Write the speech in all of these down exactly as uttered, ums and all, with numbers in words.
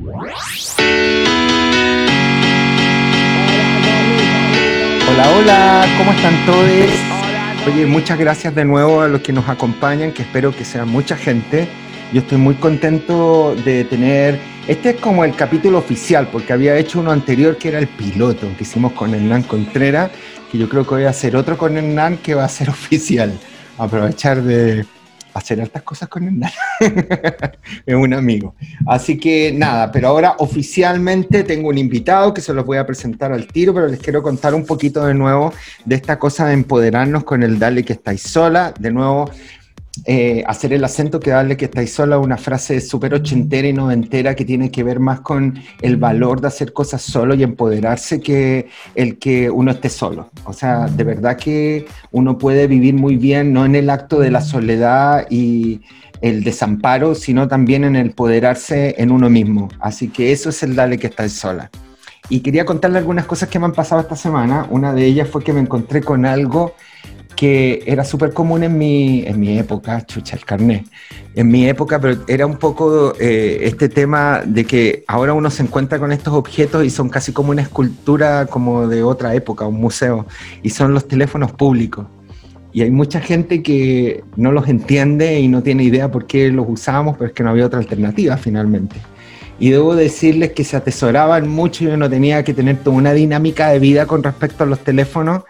Hola, hola, ¿cómo están todos? Oye, muchas gracias de nuevo a los que nos acompañan, que espero que sea mucha gente. Yo estoy muy contento de tener... Este es como el capítulo oficial, porque había hecho uno anterior que era el piloto que hicimos con Hernán Contreras, que yo creo que voy a hacer otro con Hernán que va a ser oficial. Aprovechar de hacer altas cosas con Hernán. Es un amigo. Así que nada, pero ahora oficialmente tengo un invitado que se los voy a presentar al tiro, pero les quiero contar un poquito de nuevo de esta cosa de empoderarnos con el Dale que estáis sola. De nuevo, eh, hacer el acento que Dale que estáis sola, una frase súper ochentera y noventera que tiene que ver más con el valor de hacer cosas solo y empoderarse que el que uno esté solo. O sea, de verdad que uno puede vivir muy bien, no en el acto de la soledad y el desamparo, sino también en el empoderarse en uno mismo. Así que eso es el Dale que estáis sola. Y quería contarle algunas cosas que me han pasado esta semana. Una de ellas fue que me encontré con algo que era súper común en mi, en mi época, chucha, el carnet, en mi época, pero era un poco eh, este tema de que ahora uno se encuentra con estos objetos y son casi como una escultura como de otra época, un museo, y son los teléfonos públicos. Y hay mucha gente que no los entiende y no tiene idea por qué los usábamos, pero es que no había otra alternativa finalmente. Y debo decirles que se atesoraban mucho, yo no tenía que tener toda una dinámica de vida con respecto a los teléfonos,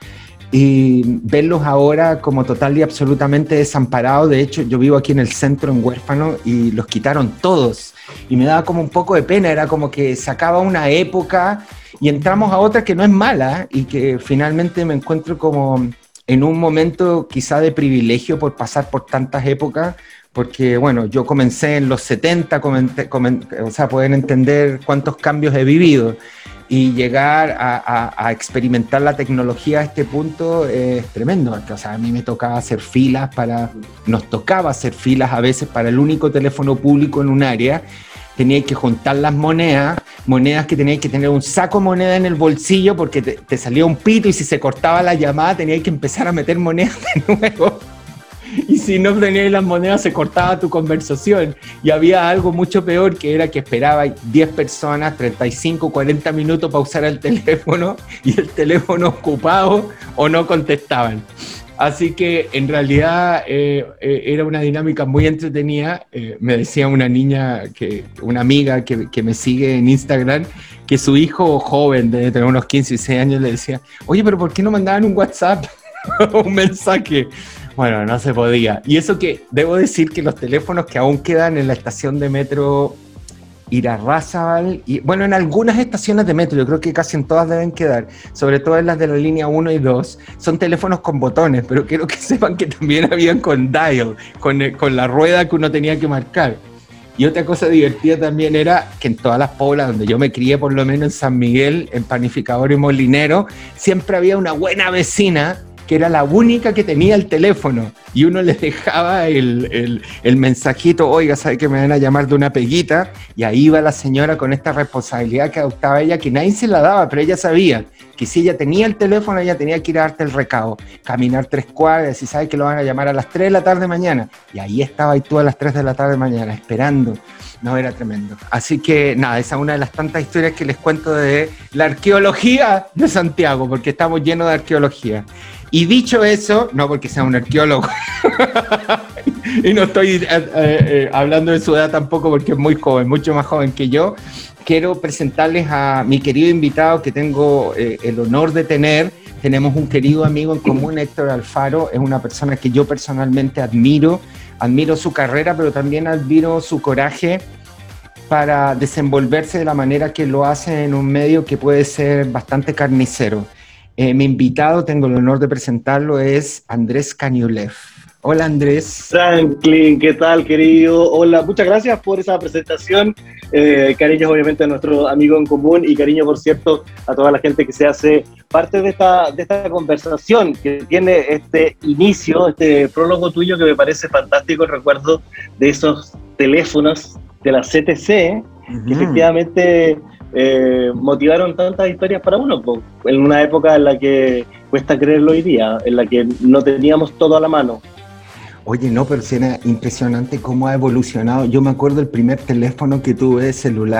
y verlos ahora como total y absolutamente desamparados. De hecho, yo vivo aquí en el centro, en Huérfano, y los quitaron todos. Y me daba como un poco de pena, era como que se acaba una época y entramos a otra que no es mala, y que finalmente me encuentro como en un momento quizá de privilegio por pasar por tantas épocas, porque bueno, yo comencé en los setenta, comenté, comenté, o sea, pueden entender cuántos cambios he vivido. Y llegar a, a, a experimentar la tecnología a este punto es tremendo. O sea, a mí me tocaba hacer filas para, nos tocaba hacer filas a veces para el único teléfono público en un área. Teníais que juntar las monedas, monedas que teníais que tener un saco de moneda en el bolsillo porque te, te salía un pito y si se cortaba la llamada teníais que empezar a meter monedas de nuevo. Y si no tenías las monedas se cortaba tu conversación. Y había algo mucho peor, que era que esperabas diez personas, treinta y cinco, cuarenta minutos para usar el teléfono y el teléfono ocupado o no contestaban. Así que en realidad eh, eh, era una dinámica muy entretenida. Eh, me decía una niña, que, una amiga que, que me sigue en Instagram, que su hijo joven, debe tener unos quince, dieciséis años, le decía: oye, pero ¿por qué no mandaban un WhatsApp o un mensaje? Bueno, no se podía. Y eso que debo decir que los teléfonos que aún quedan en la estación de metro Irarrázaval, y bueno, en algunas estaciones de metro, yo creo que casi en todas deben quedar, sobre todo en las de la línea uno y dos, son teléfonos con botones, pero quiero que sepan que también habían con dial, con, con la rueda que uno tenía que marcar. Y otra cosa divertida también era que en todas las poblas donde yo me crié, por lo menos en San Miguel, en Panificador y Molinero, siempre había una buena vecina que era la única que tenía el teléfono, y uno les dejaba el, el, el mensajito: oiga, ¿sabe que me van a llamar de una peguita? Y ahí iba la señora con esta responsabilidad que adoptaba ella, que nadie se la daba, pero ella sabía que si ella tenía el teléfono, ella tenía que ir a darte el recado, caminar tres cuadras, y sabes que lo van a llamar a las tres de la tarde mañana, y ahí estaba y tú a las tres de la tarde mañana, esperando. No, era tremendo. Así que nada, esa es una de las tantas historias que les cuento de la arqueología de Santiago, porque estamos llenos de arqueología. Y dicho eso, no porque sea un arqueólogo, y no estoy eh, eh, hablando de su edad tampoco porque es muy joven, mucho más joven que yo, quiero presentarles a mi querido invitado que tengo eh, el honor de tener. Tenemos un querido amigo en común, Héctor Alfaro. Es una persona que yo personalmente admiro, admiro su carrera, pero también admiro su coraje para desenvolverse de la manera que lo hace en un medio que puede ser bastante carnicero. Eh, mi invitado, tengo el honor de presentarlo, es Andrés Cañulev. Hola, Andrés. Franklin, ¿qué tal, querido? Hola, muchas gracias por esa presentación. Eh, cariños, obviamente, a nuestro amigo en común, y cariño, por cierto, a toda la gente que se hace parte de esta, de esta conversación, que tiene este inicio, este prólogo tuyo que me parece fantástico. El recuerdo de esos teléfonos de la C T C, uh-huh, que efectivamente eh, motivaron tantas historias para uno, po, en una época en la que cuesta creerlo hoy día, en la que no teníamos todo a la mano. Oye, no, pero sí era impresionante cómo ha evolucionado. Yo me acuerdo el primer teléfono que tuve de celular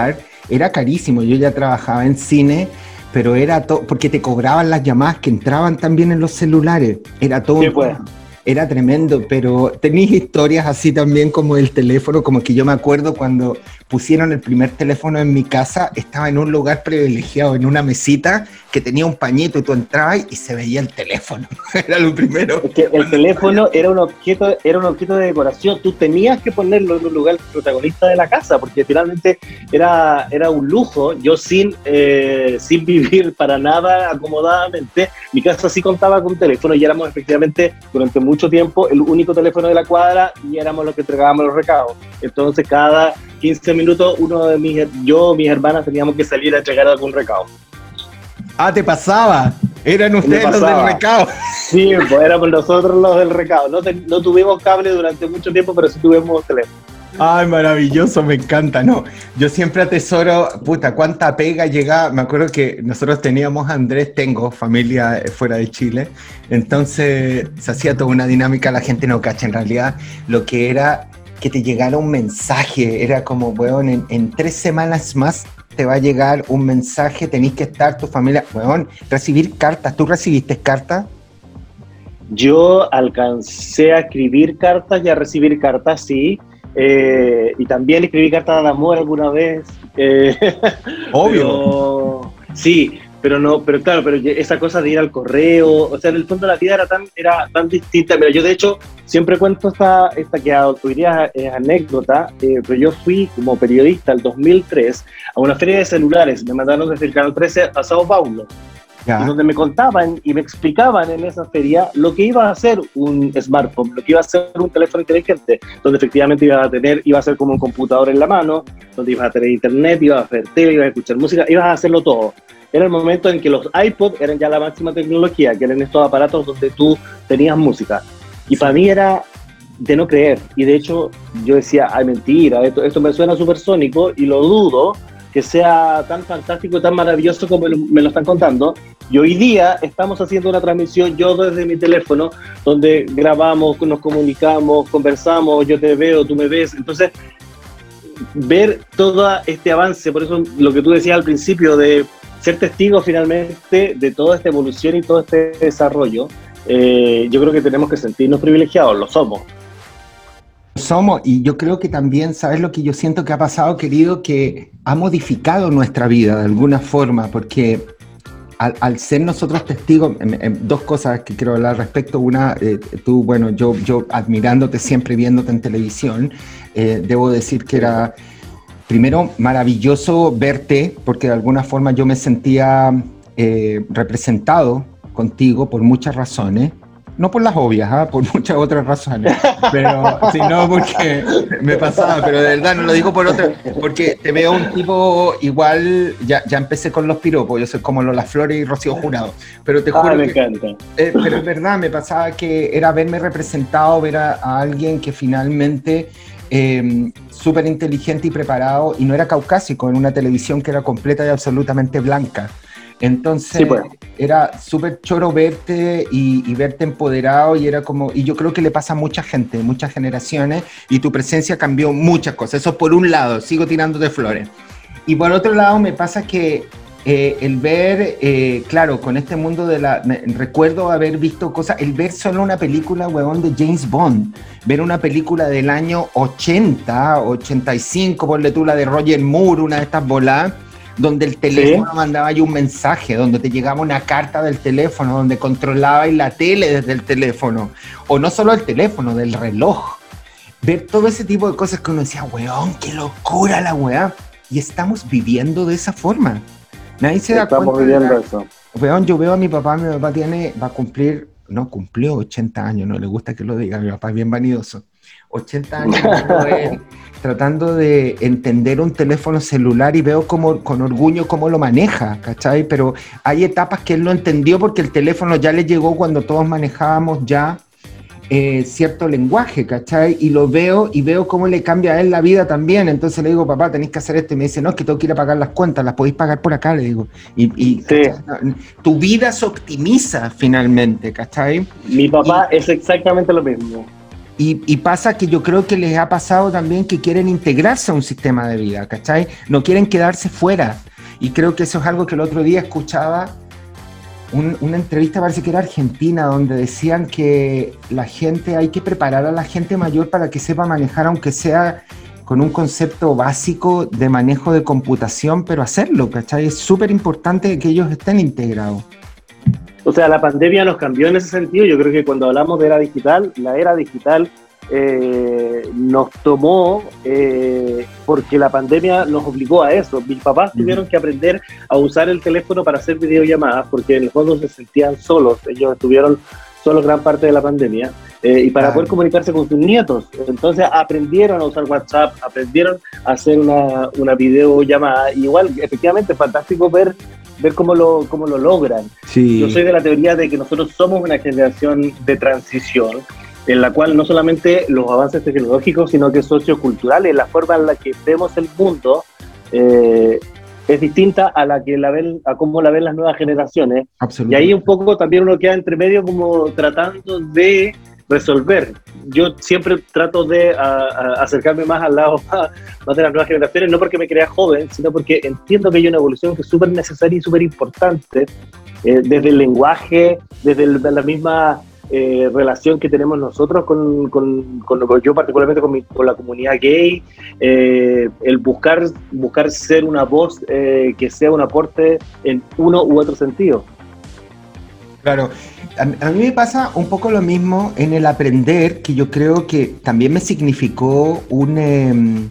era carísimo. Yo ya trabajaba en cine, pero era todo, porque te cobraban las llamadas que entraban también en los celulares. Era todo. Sí, pues. Era tremendo, pero tenéis historias así también como el teléfono, como que yo me acuerdo cuando pusieron el primer teléfono en mi casa, estaba en un lugar privilegiado, en una mesita que tenía un pañito y tú entrabas y se veía el teléfono. Era lo primero. Es que el teléfono era un objeto, era un objeto de decoración. Tú tenías que ponerlo en un lugar protagonista de la casa, porque finalmente era, era un lujo. Yo sin, eh, sin vivir para nada acomodadamente, mi casa sí contaba con teléfono y éramos efectivamente durante mucho tiempo el único teléfono de la cuadra y éramos los que entregábamos los recados. Entonces cada quince minutos uno de mis, yo mis hermanas teníamos que salir a entregar algún recado. Ah, ¿te pasaba? ¿Eran ustedes los del recado? Sí, pues éramos nosotros los del recado. No, te, no tuvimos cable durante mucho tiempo, pero sí tuvimos teléfono. Ay, maravilloso, me encanta, no. Yo siempre atesoro, puta, cuánta pega llegaba. Me acuerdo que nosotros teníamos a Andrés, tengo familia fuera de Chile, entonces se hacía toda una dinámica, la gente no cacha en realidad lo que era que te llegara un mensaje. Era como, weón, en, en tres semanas más te va a llegar un mensaje, tenés que estar, tu familia, weón, recibir cartas. ¿Tú recibiste cartas? Yo alcancé a escribir cartas y a recibir cartas, sí. Eh, y también escribí cartas de amor alguna vez. Eh, Obvio. Pero, sí, pero no, pero claro, pero esa cosa de ir al correo, o sea, en el fondo la vida era tan, era tan distinta. Mira, yo de hecho siempre cuento esta, esta que hoy día es anécdota, eh, pero yo fui como periodista el dos mil tres a una feria de celulares, me mandaron desde el Canal trece a Sao Paulo. Y donde me contaban y me explicaban en esa feria lo que iba a ser un smartphone, lo que iba a ser un teléfono inteligente, donde efectivamente ibas a tener, iba a ser como un computador en la mano, donde ibas a tener internet, ibas a ver tele, ibas a escuchar música, ibas a hacerlo todo. Era el momento en que los iPod eran ya la máxima tecnología, que eran estos aparatos donde tú tenías música. Y para mí era de no creer. Y de hecho yo decía, ay, mentira, esto, esto me suena supersónico y lo dudo que sea tan fantástico, tan maravilloso como me lo están contando. Y hoy día estamos haciendo una transmisión, yo desde mi teléfono, donde grabamos, nos comunicamos, conversamos, yo te veo, tú me ves. Entonces, ver todo este avance, por eso lo que tú decías al principio, de ser testigo finalmente de toda esta evolución y todo este desarrollo, eh, yo creo que tenemos que sentirnos privilegiados, lo somos. Somos, y yo creo que también, ¿sabes lo que yo siento que ha pasado, querido? Que ha modificado nuestra vida de alguna forma, porque al, al ser nosotros testigos, en, en dos cosas que quiero hablar al respecto. Una, eh, tú, bueno, yo, yo admirándote siempre, viéndote en televisión, eh, debo decir que era, primero, maravilloso verte, porque de alguna forma yo me sentía eh, representado contigo por muchas razones. No por las obvias, ¿eh? Por muchas otras razones, pero sino porque me pasaba, pero de verdad no lo digo por otra, porque te veo un tipo igual, ya, ya empecé con los piropos, yo soy como Lola Flores y Rocío Jurado, pero te juro ah, me que, encanta. Eh, pero es verdad, me pasaba que era verme representado, ver a, a alguien que finalmente eh, súper inteligente y preparado, y no era caucásico, en una televisión que era completa y absolutamente blanca. Entonces, sí, pues, era súper choro verte y, y verte empoderado, y era como, y yo creo que le pasa a mucha gente, muchas generaciones, y tu presencia cambió muchas cosas. Eso por un lado, sigo tirándote flores. Y por otro lado me pasa que eh, el ver, eh, claro, con este mundo de la, me, recuerdo haber visto cosas, el ver solo una película, huevón, de James Bond, ver una película del año ochenta, ochenta y cinco, ponle tú la de Roger Moore, una de estas voladas, donde el teléfono, ¿sí?, mandaba ahí un mensaje, donde te llegaba una carta del teléfono, donde controlabas la tele desde el teléfono, o no solo el teléfono, del reloj. Ver todo ese tipo de cosas que uno decía, weón, qué locura la weá. Y estamos viviendo de esa forma. Nadie se da estamos cuenta. Estamos viviendo la... eso. Weón, yo veo a mi papá, mi papá tiene, va a cumplir, no, cumplió ochenta años, no le gusta que lo diga, mi papá es bien vanidoso. ochenta años él, tratando de entender un teléfono celular, y veo como, con orgullo cómo lo maneja, ¿cachai? Pero hay etapas que él no entendió porque el teléfono ya le llegó cuando todos manejábamos ya eh, cierto lenguaje, ¿cachai? Y lo veo y veo cómo le cambia a él la vida también. Entonces le digo, papá, tenéis que hacer esto. Y me dice, no, es que tengo que ir a pagar las cuentas, las podéis pagar por acá, le digo. Y, y sí, tu vida se optimiza finalmente, ¿cachai? Mi papá y, es exactamente lo mismo. Y, y pasa que yo creo que les ha pasado también que quieren integrarse a un sistema de vida, ¿cachai? No quieren quedarse fuera. Y creo que eso es algo que el otro día escuchaba, un, una entrevista, parece que era argentina, donde decían que la gente, hay que preparar a la gente mayor para que sepa manejar, aunque sea con un concepto básico de manejo de computación, pero hacerlo, ¿cachai? Es súper importante que ellos estén integrados. O sea, la pandemia nos cambió en ese sentido. Yo creo que cuando hablamos de era digital, la era digital eh, nos tomó eh, porque la pandemia nos obligó a eso. Mis papás uh-huh. tuvieron que aprender a usar el teléfono para hacer videollamadas porque en el fondo se sentían solos. Ellos estuvieron solos gran parte de la pandemia. Eh, y para ah. poder comunicarse con sus nietos. Entonces aprendieron a usar WhatsApp, aprendieron a hacer una, una videollamada. Y igual, efectivamente, es fantástico ver, ver cómo, lo, cómo lo logran. Sí. Yo soy de la teoría de que nosotros somos una generación de transición, en la cual no solamente los avances tecnológicos, sino que socioculturales, la forma en la que vemos el mundo, eh, es distinta a la que la ven, a cómo la ven las nuevas generaciones. Y ahí un poco también uno queda entre medio como tratando de resolver. Yo siempre trato de a, a acercarme más al lado más, más de las nuevas generaciones, no porque me crea joven, sino porque entiendo que hay una evolución que es súper necesaria y súper importante, eh, desde el lenguaje, desde el, la misma eh, relación que tenemos nosotros con, con, con, con yo particularmente con, mi, con la comunidad gay, eh, el buscar, buscar ser una voz eh, que sea un aporte en uno u otro sentido. Claro, a, a mí me pasa un poco lo mismo en el aprender, que yo creo que también me significó un, eh,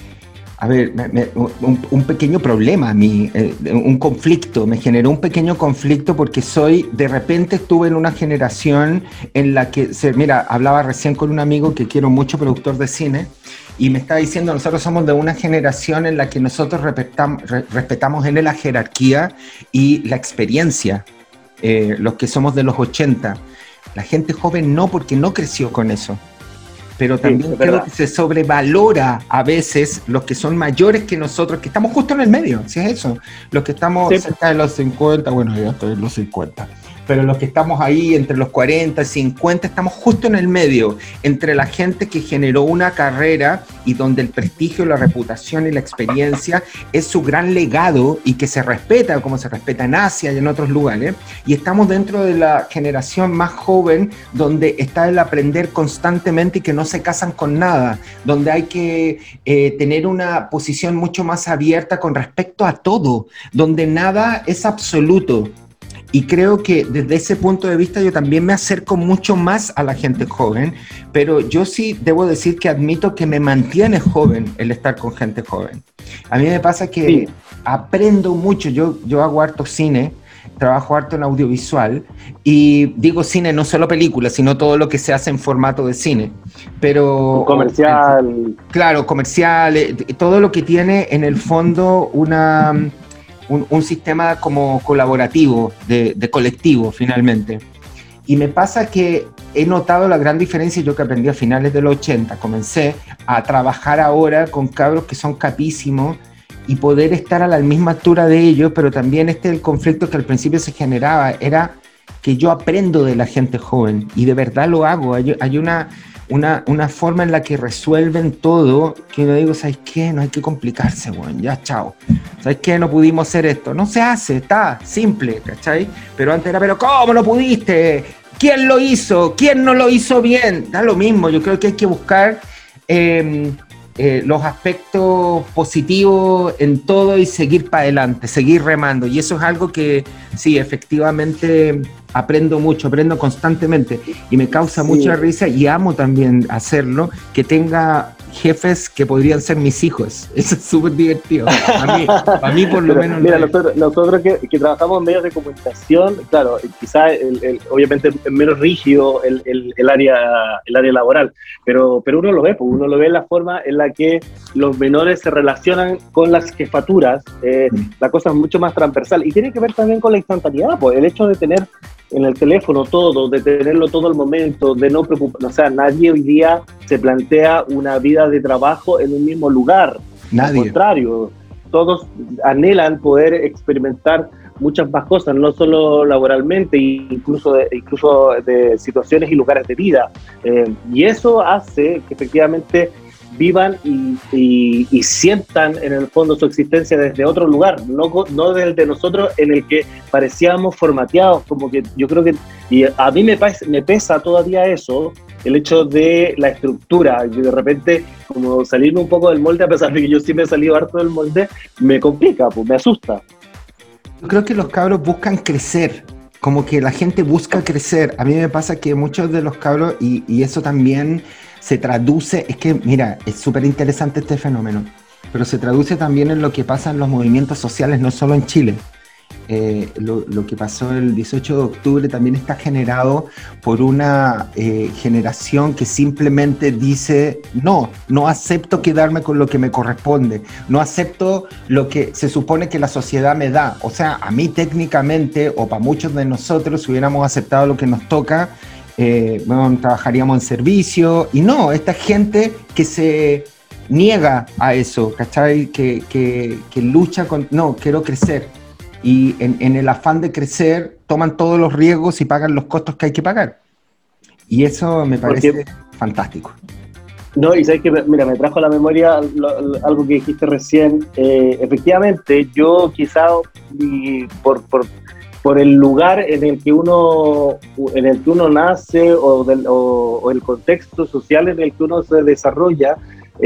a ver, me, me, un, un pequeño problema a mí, eh, un conflicto, me generó un pequeño conflicto porque soy, de repente estuve en una generación en la que, se, mira, hablaba recién con un amigo que quiero mucho, productor de cine, y me estaba diciendo, nosotros somos de una generación en la que nosotros respetamos, re, respetamos en la jerarquía y la experiencia. Eh, los que somos de los ochenta, la gente joven no, porque no creció con eso, pero también sí, creo que se sobrevalora a veces los que son mayores que nosotros, que estamos justo en el medio, si es eso, los que estamos sí. cerca de los cincuenta, bueno, ya estoy en los cincuenta, pero los que estamos ahí entre los cuarenta y cincuenta, estamos justo en el medio, entre la gente que generó una carrera y donde el prestigio, la reputación y la experiencia es su gran legado y que se respeta como se respeta en Asia y en otros lugares, y estamos dentro de la generación más joven donde está el aprender constantemente y que no se casan con nada, donde hay que eh, tener una posición mucho más abierta con respecto a todo, donde nada es absoluto. Y creo que desde ese punto de vista yo también me acerco mucho más a la gente joven, pero yo sí debo decir que admito que me mantiene joven el estar con gente joven. A mí me pasa que sí. aprendo mucho, yo, yo hago harto cine, trabajo harto en audiovisual, y digo cine no solo películas, sino todo lo que se hace en formato de cine. Pero comercial. O, claro, comercial, todo lo que tiene en el fondo una... Un, un sistema como colaborativo, de, de colectivo, finalmente. Y me pasa que he notado la gran diferencia, yo que aprendí a finales de los ochenta, comencé a trabajar ahora con cabros que son capísimos y poder estar a la misma altura de ellos, pero también este el conflicto que al principio se generaba, era que yo aprendo de la gente joven, y de verdad lo hago. Hay, hay una... Una, una forma en la que resuelven todo, que yo digo, ¿sabes qué? No hay que complicarse, bueno, ya, chao. ¿Sabes qué? No pudimos hacer esto. No se hace, está, simple, ¿cachai? Pero antes era, ¿pero cómo no pudiste? ¿Quién lo hizo? ¿Quién no lo hizo bien? Da lo mismo, yo creo que hay que buscar eh, eh, los aspectos positivos en todo y seguir para adelante, seguir remando. Y eso es algo que, sí, efectivamente... aprendo mucho, aprendo constantemente y me causa sí. mucha risa, y amo también hacerlo, que tenga jefes que podrían ser mis hijos. Eso es súper divertido. A mí, a mí por lo Pero, menos. Mira, no nosotros, nosotros que, que trabajamos en medios de comunicación, claro, quizás el, el, obviamente es menos rígido el, el, el, área, el área laboral, pero, pero uno lo ve, pues, uno lo ve en la forma en la que los menores se relacionan con las jefaturas, eh, mm. la cosa es mucho más transversal y tiene que ver también con la instantaneidad, pues, el hecho de tener en el teléfono todo, de tenerlo todo el momento, de no preocupar, o sea, nadie hoy día se plantea una vida de trabajo en un mismo lugar. Nadie. Al contrario, todos anhelan poder experimentar muchas más cosas, no solo laboralmente, incluso de, incluso de situaciones y lugares de vida. Eh, y eso hace que efectivamente vivan y, y, y sientan en el fondo su existencia desde otro lugar, no, no desde el de nosotros en el que parecíamos formateados, como que yo creo que, y a mí me, me pesa todavía eso, el hecho de la estructura, y de repente como salirme un poco del molde, a pesar de que yo sí me he salido harto del molde, me complica, pues me asusta. Yo creo que los cabros buscan crecer, como que la gente busca crecer. A mí me pasa que muchos de los cabros, y, y eso también se traduce, es que mira, es súper interesante este fenómeno, pero se traduce también en lo que pasa en los movimientos sociales, no solo en Chile. Eh, lo, lo que pasó el dieciocho de octubre también está generado por una eh, generación que simplemente dice no, no acepto quedarme con lo que me corresponde, no acepto lo que se supone que la sociedad me da. O sea, a mí técnicamente, o para muchos de nosotros, si hubiéramos aceptado lo que nos toca, eh, bueno, trabajaríamos en servicio, y no, esta gente que se niega a eso, ¿cachai? Que, que, que lucha con, no, quiero crecer. Y en, en el afán de crecer toman todos los riesgos y pagan los costos que hay que pagar. Y eso me parece Porque, fantástico. No, y sabes que, mira, me trajo a la memoria lo, lo, algo que dijiste recién. Eh, efectivamente, yo quizá y por, por, por el lugar en el que uno, en el que uno nace o, del, o, o el contexto social en el que uno se desarrolla,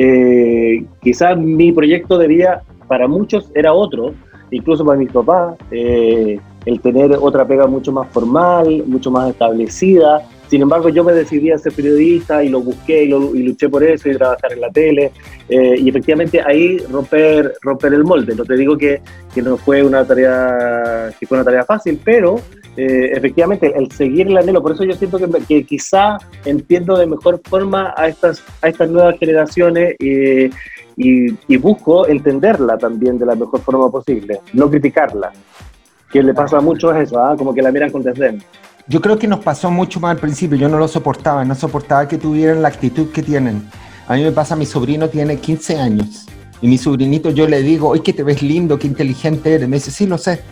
eh, quizá mi proyecto de vida para muchos era otro, incluso para mis papás, eh, el tener otra pega mucho más formal, mucho más establecida. Sin embargo, yo me decidí a ser periodista y lo busqué y, lo, y luché por eso y trabajar en la tele. Eh, y efectivamente ahí romper, romper el molde. No te digo que, que no fue una tarea, que fue una tarea fácil, pero eh, efectivamente el seguir el anhelo. Por eso yo siento que, que quizá entiendo de mejor forma a estas, a estas nuevas generaciones. Eh, Y, y busco entenderla también de la mejor forma posible, no criticarla, que le pasa mucho eso, ¿eh? Como que la miran con desdén. Yo creo que nos pasó mucho más al principio, yo no lo soportaba, no soportaba que tuvieran la actitud que tienen. A mí me pasa, mi sobrino tiene quince años, y mi sobrinito yo le digo, ¡ay, que te ves lindo, qué inteligente eres! Me dice, sí, lo sé.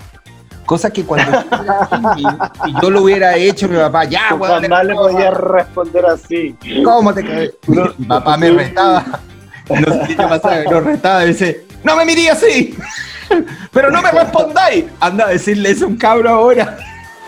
Cosa que cuando yo, y yo lo hubiera hecho, mi papá, ya, tu weón. Mamá le podía responder así. ¿Cómo te caes? No, mi papá me retaba. No sé qué pasaba, me retaba y dice, no me mirí así, pero no me respondáis. Anda a decirle eso a un cabro ahora.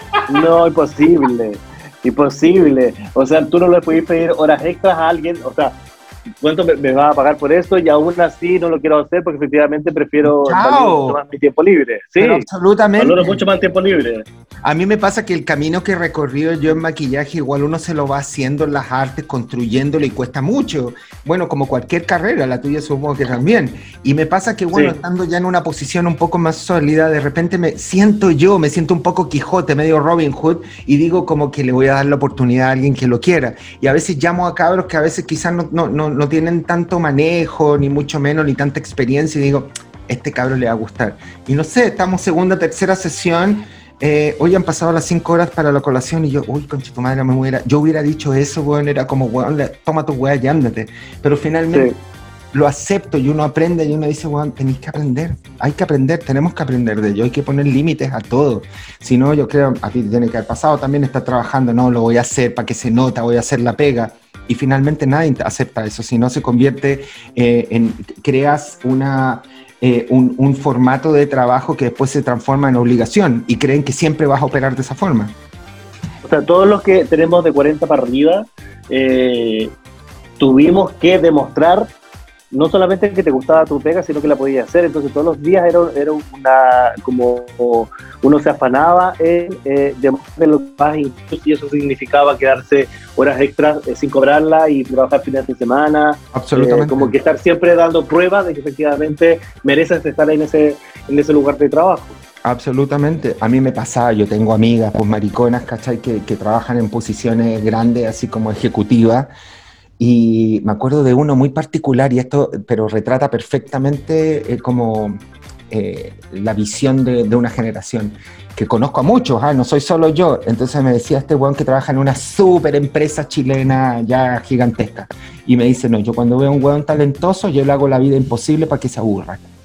No, imposible, imposible. O sea, tú no le puedes pedir horas extras a alguien, o sea, ¿cuánto me, me vas a pagar por esto? Y aún así no lo quiero hacer porque efectivamente prefiero tomar mi tiempo libre. Sí, pero absolutamente. Valoro mucho más tiempo libre. A mí me pasa que el camino que he recorrido yo en maquillaje, igual uno se lo va haciendo en las artes, construyéndolo, y cuesta mucho. Bueno, como cualquier carrera, la tuya supongo que también. Y me pasa que, bueno, sí, estando ya en una posición un poco más sólida, de repente me siento yo, me siento un poco Quijote, medio Robin Hood, y digo como que le voy a dar la oportunidad a alguien que lo quiera. Y a veces llamo a cabros que a veces quizás no, no, no, no tienen tanto manejo, ni mucho menos, ni tanta experiencia, y digo, este cabro le va a gustar. Y no sé, estamos segunda, tercera sesión, eh, hoy han pasado las cinco horas para la colación, y yo, uy, concha tu madre, me hubiera, yo hubiera dicho eso, weón, era como, weón, toma tu weá y ándate. Pero finalmente sí, lo acepto, y uno aprende, y uno dice, weón, tenéis que aprender, hay que aprender, tenemos que aprender de ello, hay que poner límites a todo. Si no, yo creo, a ti te tiene que haber pasado también, estar trabajando, no, lo voy a hacer para que se nota, voy a hacer la pega. Y finalmente nadie acepta eso, si no se convierte eh, en, creas una, eh, un, un formato de trabajo que después se transforma en obligación, y creen que siempre vas a operar de esa forma. O sea, todos los que tenemos de cuarenta para arriba, eh, tuvimos que demostrar no solamente que te gustaba tu pega, sino que la podías hacer. Entonces todos los días era, era una, como uno se afanaba en eh, demostrar lo más, incluso, y eso significaba quedarse horas extras eh, sin cobrarla y trabajar fines de semana. Absolutamente. Eh, como que estar siempre dando pruebas de que efectivamente mereces estar en ese, en ese lugar de trabajo. Absolutamente. A mí me pasaba, yo tengo amigas, pues mariconas, ¿cachai? Que, que trabajan en posiciones grandes, así como ejecutivas. Y me acuerdo de uno muy particular, y esto, pero retrata perfectamente eh, como eh, la visión de, de una generación, que conozco a muchos, ¿eh? No soy solo yo. Entonces me decía este weón que trabaja en una súper empresa chilena ya gigantesca, y me dice, no, yo cuando veo a un weón talentoso, yo le hago la vida imposible para que se aburra.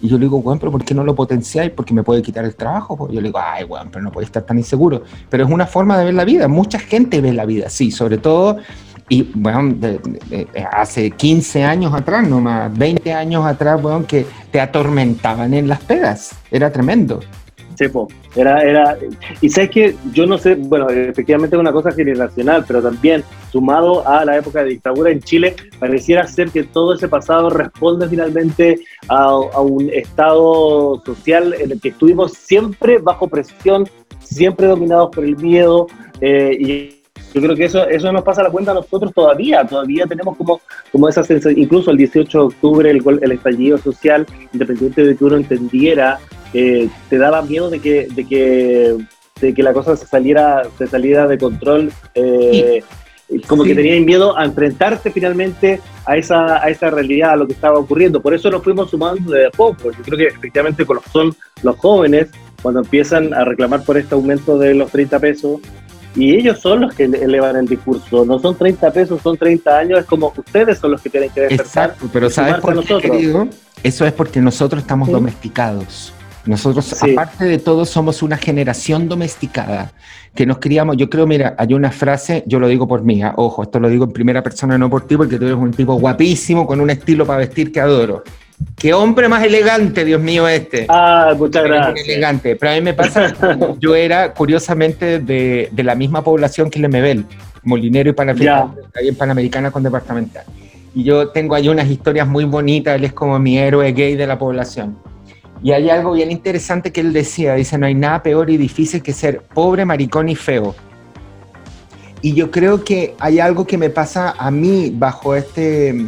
Y yo le digo, weón, pero ¿por qué no lo potenciáis? Porque me puede quitar el trabajo. Pues yo le digo, ay, weón, pero no puede estar tan inseguro. Pero es una forma de ver la vida. Mucha gente ve la vida así, sobre todo, y bueno, de, de, de, hace quince años atrás, nomás, veinte años atrás, weón, que te atormentaban en las pegas. Era tremendo. Sí, po. Era, era, y sabes que yo no sé, bueno, efectivamente es una cosa generacional, pero también sumado a la época de dictadura en Chile, pareciera ser que todo ese pasado responde finalmente a, a un estado social en el que estuvimos siempre bajo presión, siempre dominados por el miedo, eh, y yo creo que eso, eso nos pasa a la cuenta a nosotros todavía, todavía tenemos como, como esa sensación, incluso el dieciocho de octubre, el, el estallido social, independiente de que uno entendiera, eh, te daba miedo de que, de que, de que la cosa se saliera, se saliera de control, eh, sí. como sí. que tenías miedo a enfrentarte finalmente a esa, a esa realidad, a lo que estaba ocurriendo. Por eso nos fuimos sumando de a poco. Yo creo que efectivamente con los, son los jóvenes, cuando empiezan a reclamar por este aumento de los treinta pesos, y ellos son los que elevan el discurso, no son treinta pesos, son treinta años, es como ustedes son los que tienen que despertar. Exacto, pero ¿sabes por qué, querido? Eso es porque nosotros estamos ¿sí? domesticados. Nosotros, sí. aparte de todo, somos una generación domesticada, que nos criamos. Yo creo, mira, hay una frase, yo lo digo por mí, ¿eh? Ojo, esto lo digo en primera persona, no por ti, porque tú eres un tipo guapísimo, con un estilo para vestir que adoro. ¡Qué hombre más elegante, Dios mío, este! Ah, muchas gracias. Elegante. Pero a mí me pasa, yo era, curiosamente, de, de la misma población que Lemebel, molinero y panamericano, ahí en Panamericana con departamental. Y yo tengo ahí unas historias muy bonitas, él es como mi héroe gay de la población. Y hay algo bien interesante que él decía, dice, no hay nada peor y difícil que ser pobre, maricón y feo. Y yo creo que hay algo que me pasa a mí bajo este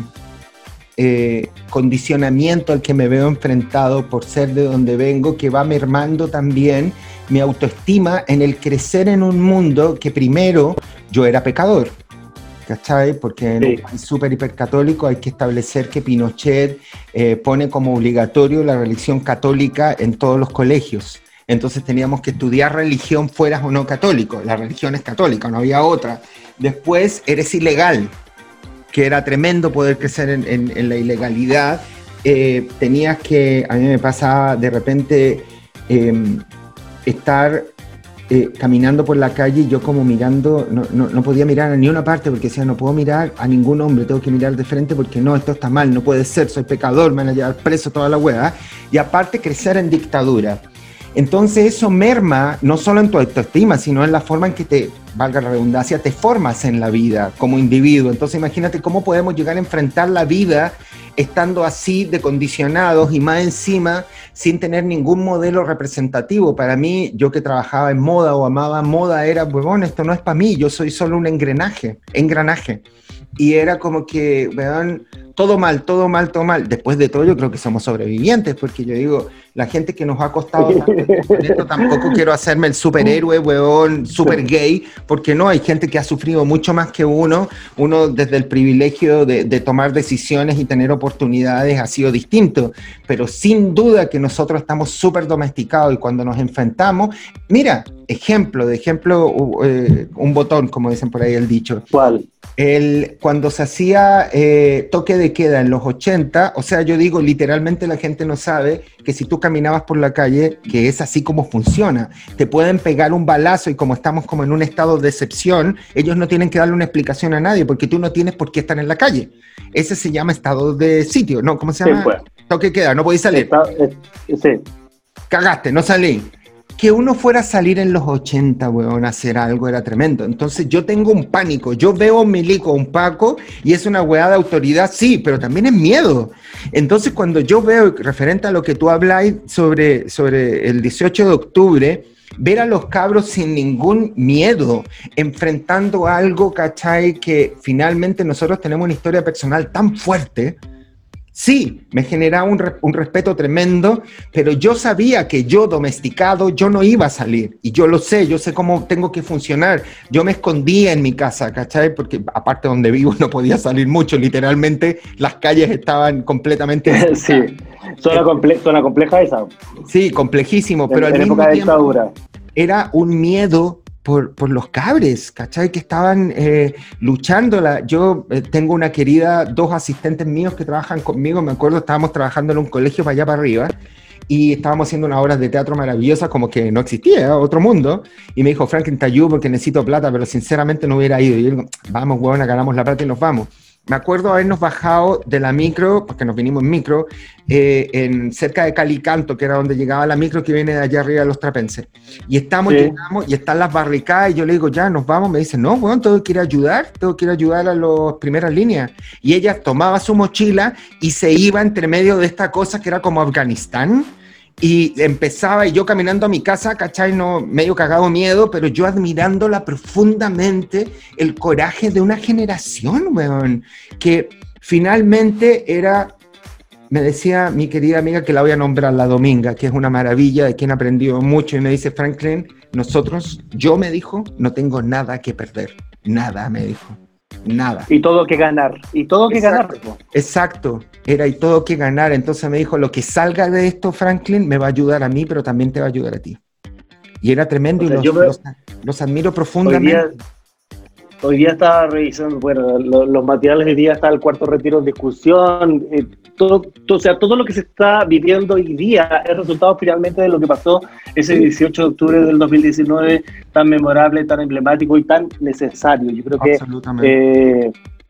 eh, condicionamiento al que me veo enfrentado por ser de donde vengo, que va mermando también mi autoestima en el crecer en un mundo que primero yo era pecador. ¿Cachai? Porque en sí. un país súper hipercatólico hay que establecer que Pinochet eh, pone como obligatorio la religión católica en todos los colegios. Entonces teníamos que estudiar religión fueras o no católico. La religión es católica, no había otra. Después eres ilegal, que era tremendo poder crecer en, en, en la ilegalidad. Eh, tenías que, a mí me pasaba de repente eh, estar... Eh, caminando por la calle y yo como mirando, no, no, no podía mirar a ni una parte porque decía, no puedo mirar a ningún hombre, tengo que mirar de frente porque no, esto está mal, no puede ser, soy pecador, me van a llevar preso toda la hueá. Y aparte crecer en dictadura. Entonces eso merma no solo en tu autoestima, sino en la forma en que te, valga la redundancia, te formas en la vida como individuo. Entonces imagínate cómo podemos llegar a enfrentar la vida estando así de condicionados y más encima sin tener ningún modelo representativo. Para mí, yo que trabajaba en moda o amaba moda, era, huevón, esto no es para mí, yo soy solo un engranaje, engranaje. Y era como que, vean, todo mal, todo mal, todo mal. Después de todo, yo creo que somos sobrevivientes, porque yo digo, la gente que nos ha costado tanto, esto, tampoco quiero hacerme el superhéroe, weón, super gay, porque no, hay gente que ha sufrido mucho más que uno. Uno desde el privilegio de, de tomar decisiones y tener oportunidades ha sido distinto, pero sin duda que nosotros estamos súper domesticados y cuando nos enfrentamos, mira, ejemplo, de ejemplo, eh, un botón, como dicen por ahí el dicho. ¿Cuál? El, cuando se hacía eh, toque de queda en los ochenta, o sea, yo digo, literalmente la gente no sabe que si tú caminabas por la calle, que es así como funciona, te pueden pegar un balazo y como estamos como en un estado de excepción, ellos no tienen que darle una explicación a nadie porque tú no tienes por qué estar en la calle. Ese se llama estado de sitio, ¿no? ¿Cómo se llama? Sí, pues. Toque de queda, no podéis salir. Está, eh, sí. Cagaste, no salí. Que uno fuera a salir en los ochenta, weón, a hacer algo era tremendo. Entonces yo tengo un pánico, yo veo un milico, un paco, y es una weá de autoridad, sí, pero también es miedo. Entonces cuando yo veo, referente a lo que tú habláis sobre, sobre el dieciocho de octubre, ver a los cabros sin ningún miedo, enfrentando algo, ¿cachai? Que finalmente nosotros tenemos una historia personal tan fuerte. Sí, me generaba un, re- un respeto tremendo, pero yo sabía que yo domesticado, yo no iba a salir. Y yo lo sé, yo sé cómo tengo que funcionar. Yo me escondía en mi casa, ¿cachai? Porque aparte donde vivo no podía salir mucho. Literalmente las calles estaban completamente... Sí, zona, comple- zona compleja esa. Sí, complejísimo, pero en, al en mismo época de tiempo dictadura. Era un miedo por, por los cabres, ¿cachai? Que estaban eh, luchándola. Yo eh, tengo una querida, dos asistentes míos que trabajan conmigo, me acuerdo, estábamos trabajando en un colegio para allá para arriba, y estábamos haciendo unas obras de teatro maravillosas, como que no existía otro mundo, y me dijo, Franklin, te ayudo porque necesito plata, pero sinceramente no hubiera ido. Y yo digo, vamos, huevón, ganamos la plata y nos vamos. Me acuerdo habernos bajado de la micro, porque nos vinimos en micro, eh, en, cerca de Calicanto, que era donde llegaba la micro que viene de allá arriba de los Trapenses. Y estamos, sí. llegamos, y están las barricadas, y yo le digo, ya, nos vamos. Me dice, no, bueno, tengo que ir a ayudar, tengo que ir a ayudar a las primeras líneas. Y ella tomaba su mochila y se iba entre medio de esta cosa que era como Afganistán, y empezaba, y yo caminando a mi casa, ¿cachai? No, medio cagado miedo, pero yo admirándola profundamente, el coraje de una generación, weón, que finalmente era, me decía mi querida amiga, que la voy a nombrar, la Dominga, que es una maravilla, de quien he aprendido mucho, y me dice, Franklin, nosotros, yo me dijo, no tengo nada que perder, nada, me dijo. Nada. Y todo que ganar. Y todo que exacto, ganar. Exacto. Era y todo que ganar. Entonces me dijo, lo que salga de esto, Franklin, me va a ayudar a mí, pero también te va a ayudar a ti. Y era tremendo, o sea, y los, me... los, los admiro profundamente. Hoy día, hoy día estaba revisando, bueno, los, los materiales de día, está el cuarto retiro en discusión, eh, todo, todo, o sea, todo lo que se está viviendo hoy día es resultado finalmente de lo que pasó ese dieciocho de octubre del dos mil diecinueve, tan memorable, tan emblemático y tan necesario. Yo creo que eh,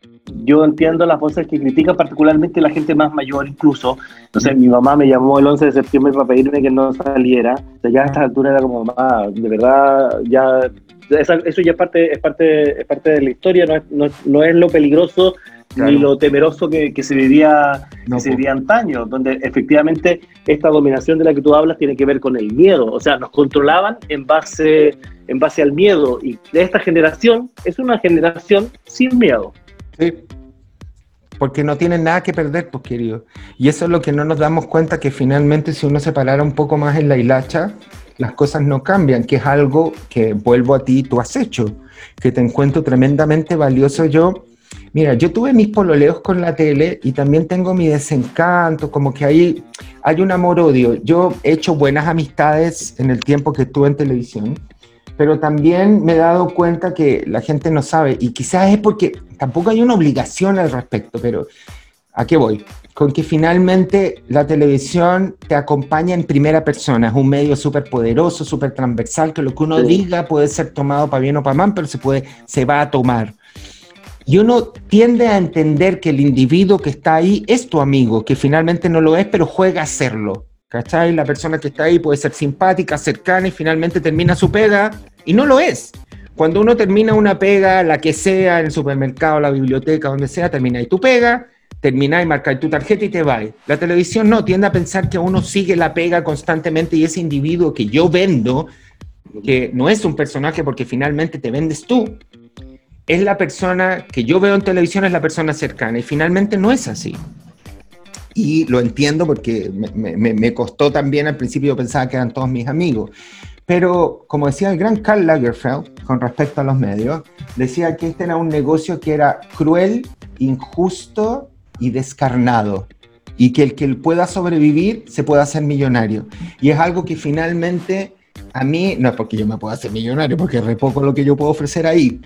yo entiendo las voces que critican, particularmente la gente más mayor incluso. Entonces sí. Mi mamá me llamó el once de septiembre para pedirme que no saliera. O sea, ya a esta altura era como, mamá, de verdad, ya esa, eso ya es parte, es parte, es parte de la historia, no es, no, no es lo peligroso. Claro. Ni lo temeroso que, que se vivía, no, que se vivía antaño, donde efectivamente esta dominación de la que tú hablas tiene que ver con el miedo. O sea, nos controlaban en base, en base al miedo, y esta generación es una generación sin miedo. Sí, porque no tienen nada que perder, pues, querido. Y eso es lo que no nos damos cuenta, que finalmente si uno se parara un poco más en la hilacha, las cosas no cambian, que es algo que, vuelvo a ti, tú has hecho, que te encuentro tremendamente valioso. Yo Mira, yo tuve mis pololeos con la tele y también tengo mi desencanto, como que ahí hay un amor-odio. Yo he hecho buenas amistades en el tiempo que estuve en televisión, pero también me he dado cuenta que la gente no sabe, y quizás es porque tampoco hay una obligación al respecto, pero ¿a qué voy? Con que finalmente la televisión te acompaña en primera persona, es un medio súper poderoso, súper transversal, que lo que uno sí. diga puede ser tomado para bien o para mal, pero se, puede, se va a tomar. Y uno tiende a entender que el individuo que está ahí es tu amigo, que finalmente no lo es, pero juega a serlo, ¿cachai? La persona que está ahí puede ser simpática, cercana, y finalmente termina su pega, y no lo es. Cuando uno termina una pega, la que sea, en el supermercado, la biblioteca, donde sea, termina ahí tu pega, termina y marca tu tarjeta y te vas. La televisión no, tiende a pensar que uno sigue la pega constantemente, y ese individuo que yo vendo, que no es un personaje porque finalmente te vendes tú, es la persona que yo veo en televisión, es la persona cercana, y finalmente no es así. Y lo entiendo porque me, me, me costó también, al principio yo pensaba que eran todos mis amigos, pero como decía el gran Karl Lagerfeld con respecto a los medios, decía que este era un negocio que era cruel, injusto y descarnado, y que el que pueda sobrevivir se pueda hacer millonario, y es algo que finalmente a mí, no es porque yo me pueda hacer millonario, porque es re poco lo que yo puedo ofrecer ahí.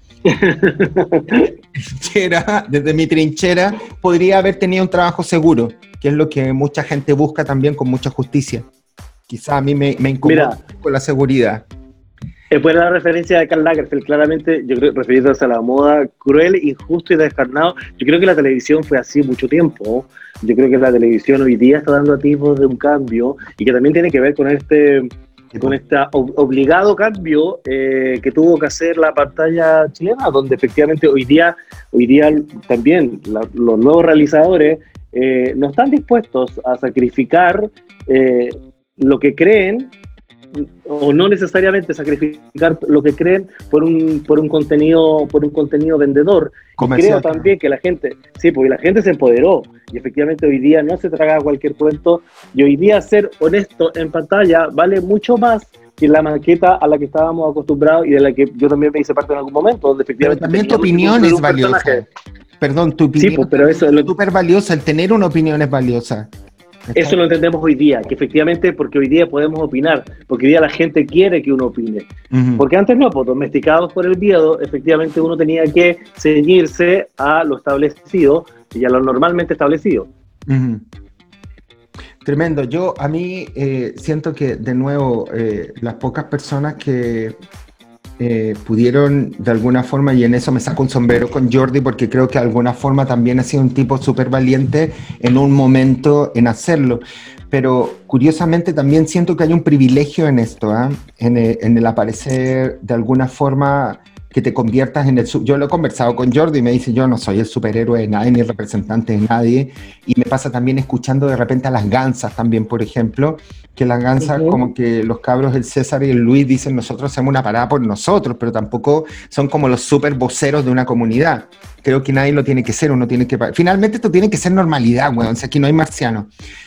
Trinchera, desde mi trinchera podría haber tenido un trabajo seguro, que es lo que mucha gente busca también con mucha justicia. Quizá a mí me, me incomoda con la seguridad. Es buena la referencia de Karl Lagerfeld, claramente, yo creo, refiriéndose a la moda cruel, injusto y descarnado. Yo creo que la televisión fue así mucho tiempo. Yo creo que la televisión hoy día está dando atisbos de un cambio, y que también tiene que ver con este... con este obligado cambio eh, que tuvo que hacer la pantalla chilena, donde efectivamente hoy día, hoy día también la, los nuevos realizadores eh, no están dispuestos a sacrificar eh, lo que creen, o no necesariamente sacrificar lo que creen por un por un contenido por un contenido vendedor. Creo también que la gente, sí, porque la gente se empoderó, y efectivamente hoy día no se traga cualquier cuento, y hoy día ser honesto en pantalla vale mucho más que la maqueta a la que estábamos acostumbrados, y de la que yo también me hice parte en algún momento, donde efectivamente... Pero también tu opinión es valiosa. Perdón, tu opinión sí, pues, pero eso es súper valiosa, el tener una opinión es valiosa. Eso lo entendemos hoy día, que efectivamente, porque hoy día podemos opinar, porque hoy día la gente quiere que uno opine. Uh-huh. Porque antes no, pues domesticados por el miedo, efectivamente uno tenía que ceñirse a lo establecido y a lo normalmente establecido. Uh-huh. Tremendo. Yo, a mí, eh, siento que, de nuevo, eh, las pocas personas que eh, pudieron, de alguna forma, y en eso me saco un sombrero con Jordi, porque creo que de alguna forma también ha sido un tipo súper valiente en un momento en hacerlo. Pero, curiosamente, también siento que hay un privilegio en esto, ¿eh? en, el, en el aparecer, de alguna forma, que te conviertas en el... Yo lo he conversado con Jordi y me dice, yo no soy el superhéroe de nadie, ni el representante de nadie, y me pasa también escuchando de repente a las gansas también, por ejemplo, que las gansas, uh-huh. como que los cabros, el César y el Luis, dicen, nosotros hacemos una parada por nosotros, pero tampoco son como los super voceros de una comunidad. Creo que nadie lo tiene que ser, uno tiene que... Finalmente esto tiene que ser normalidad, weón, o sea, aquí no hay marciano.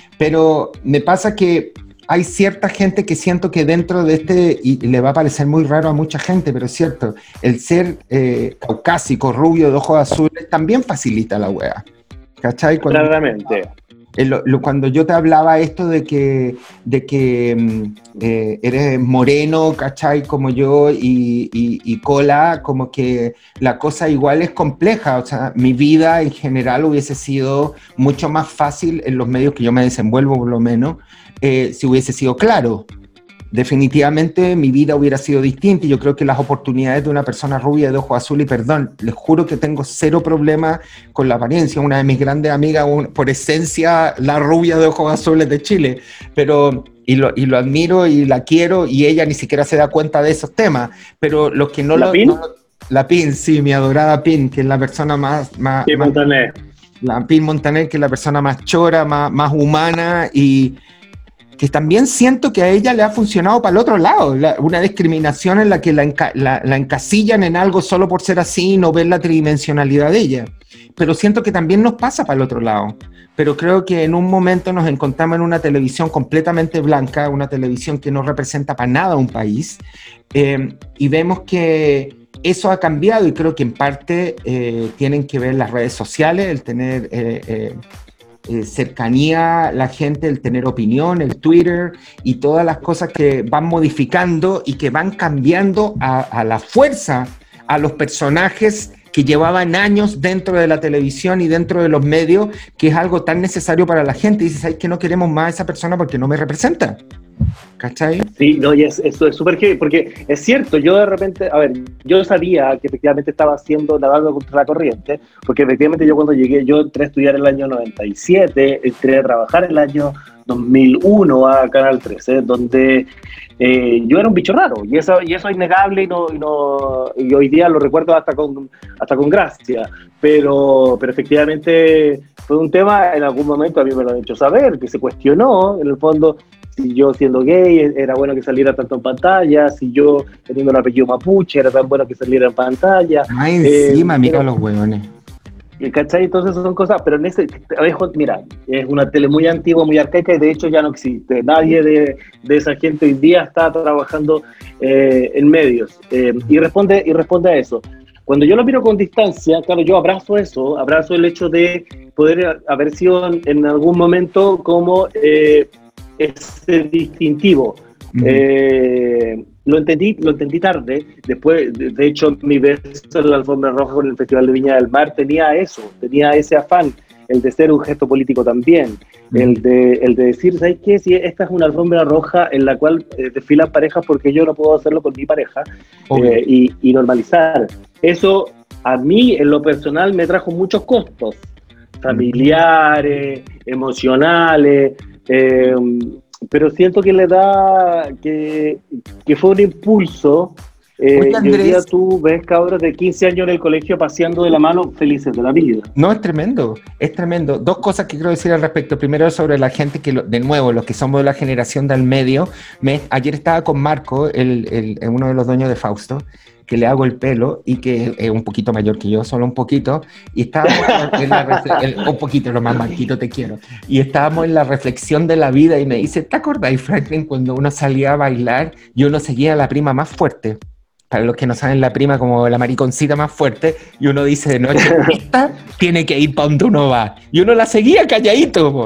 Pero me pasa que hay cierta gente que siento que dentro de este, y le va a parecer muy raro a mucha gente, pero es cierto, el ser eh, caucásico, rubio, de ojos azules, también facilita la wea. ¿Cachai? Cuando, Claramente. Eh, lo, lo, cuando yo te hablaba esto de que, de que eh, eres moreno, ¿cachai? Como yo, y, y, y cola, como que la cosa igual es compleja. O sea, mi vida en general hubiese sido mucho más fácil en los medios que yo me desenvuelvo, por lo menos, eh, si hubiese sido claro. Definitivamente mi vida hubiera sido distinta y yo creo que las oportunidades de una persona rubia de ojos azules, y perdón, les juro que tengo cero problema con la apariencia, una de mis grandes amigas, un, por esencia, la rubia de ojos azules de Chile, pero, y lo, y lo admiro y la quiero y ella ni siquiera se da cuenta de esos temas, pero los que no ¿La lo... Pin? No, la Pin, sí, mi adorada Pin, que es la persona más... más, Pin más Montaner. La Pin Montaner, que es la persona más chora, más, más humana y... que también siento que a ella le ha funcionado para el otro lado, la, una discriminación en la que la, enca, la, la encasillan en algo solo por ser así y no ver la tridimensionalidad de ella. Pero siento que también nos pasa para el otro lado. Pero creo que en un momento nos encontramos en una televisión completamente blanca, una televisión que no representa para nada un país, eh, y vemos que eso ha cambiado y creo que en parte eh, tienen que ver las redes sociales, el tener... Eh, eh, Eh, cercanía, la gente, el tener opinión, el Twitter y todas las cosas que van modificando y que van cambiando a, a la fuerza a los personajes que llevaban años dentro de la televisión y dentro de los medios, que es algo tan necesario para la gente. Y dices, ay, que no queremos más a esa persona porque no me representa. ¿Cachai? Sí, no, y es, eso es súper heavy, porque es cierto, yo de repente, a ver, yo sabía que efectivamente estaba haciendo, nadando contra la corriente, porque efectivamente yo cuando llegué, yo entré a estudiar en el año noventa y siete, entré a trabajar en el año dos mil uno a Canal trece, donde eh, yo era un bicho raro, y eso, y eso es innegable, y, no, y, no, y hoy día lo recuerdo hasta con, hasta con gracia, pero, pero efectivamente fue un tema, en algún momento a mí me lo han hecho saber, que se cuestionó, en el fondo, si yo siendo gay era bueno que saliera tanto en pantalla, si yo teniendo el apellido mapuche era tan bueno que saliera en pantalla. Ah, encima, eh, mira pero, los huevones. ¿Cachai? Entonces son cosas, pero en ese, mira, es una tele muy antigua, muy arcaica y de hecho ya no existe. Nadie de, de esa gente hoy día está trabajando eh, en medios. Eh, y, responde, y responde a eso. Cuando yo lo miro con distancia, claro, yo abrazo eso, abrazo el hecho de poder haber sido en, en algún momento como... Eh, ese distintivo. Uh-huh. Eh, lo entendí, lo entendí tarde. Después, de, de hecho, mi beso en la alfombra roja con el Festival de Viña del Mar tenía eso, tenía ese afán, el de ser un gesto político también, uh-huh. el de el de decir, ¿sabes qué? Si esta es una alfombra roja en la cual eh, desfilan parejas porque yo no puedo hacerlo con mi pareja, eh, y, y normalizar. Eso a mí, en lo personal, me trajo muchos costos familiares, uh-huh. emocionales. Eh, pero siento que le da que, que fue un impulso. Eh, Oye, Andrés, y hoy día tú ves cabros de quince años en el colegio paseando de la mano felices de la vida. No, es tremendo, es tremendo. Dos cosas que quiero decir al respecto. Primero, sobre la gente que, lo, de nuevo, los que somos de la generación del medio. Me, ayer estaba con Marco, el, el, uno de los dueños de Fausto, que le hago el pelo y que es un poquito mayor que yo, solo un poquito, y estábamos en la el, un poquito, lo más Marquito, te quiero, y estábamos en la reflexión de la vida y me dice, ¿te acordás, Franklin, cuando uno salía a bailar y uno seguía a la prima más fuerte? Para los que no saben, la prima como la mariconcita más fuerte, y uno dice de noche, esta tiene que ir para donde uno va, y uno la seguía calladito, po.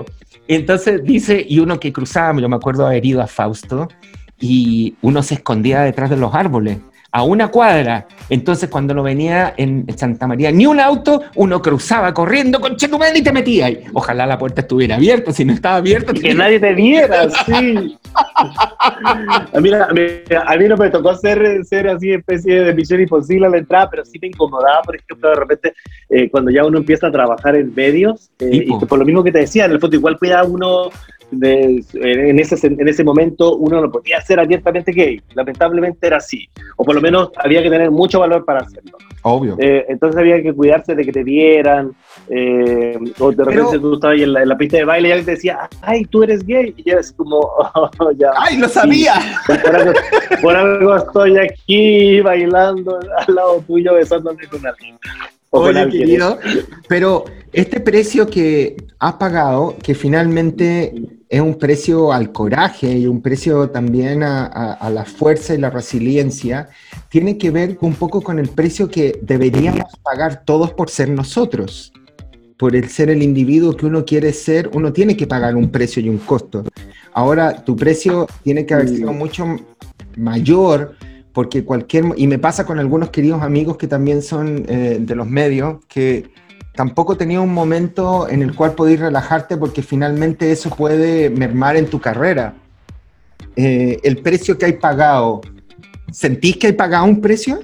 Entonces dice, y uno que cruzaba, yo me acuerdo haber ido a Fausto, y uno se escondía detrás de los árboles, a una cuadra. Entonces cuando uno venía en Santa María, ni un auto, uno cruzaba corriendo con chetumal y te metía ahí. Ojalá la puerta estuviera abierta, si no estaba abierta... Y que nadie te viera, sí. A mí, a, mí, a mí no me tocó ser, ser así especie de misión imposible a la entrada, pero sí me incomodaba, por ejemplo, de repente, eh, cuando ya uno empieza a trabajar en medios, eh, y que por lo mismo que te decía, en el fondo igual cuida uno... De, en, ese, en ese momento uno no podía ser abiertamente gay, lamentablemente era así, o por lo menos había que tener mucho valor para hacerlo. Obvio. Eh, entonces había que cuidarse de que te vieran, eh, o de repente Pero, tú estabas ahí en la, en la pista de baile y alguien te decía, ay, tú eres gay, y eres como, oh, ya. ¡Ay, lo sabía! Sí, por, algo, por algo estoy aquí bailando al lado tuyo, besándome con alguien. Oye, querido, pero este precio que has pagado, que finalmente es un precio al coraje y un precio también a, a, a la fuerza y la resiliencia, tiene que ver un poco con el precio que deberíamos pagar todos por ser nosotros. Por el ser el individuo que uno quiere ser, uno tiene que pagar un precio y un costo. Ahora, tu precio tiene que haber sido mucho mayor, porque cualquier... Y me pasa con algunos queridos amigos que también son eh, de los medios, que tampoco tenía un momento en el cual podías relajarte, porque finalmente eso puede mermar en tu carrera. Eh, el precio que hay pagado, ¿sentís que hay pagado un precio?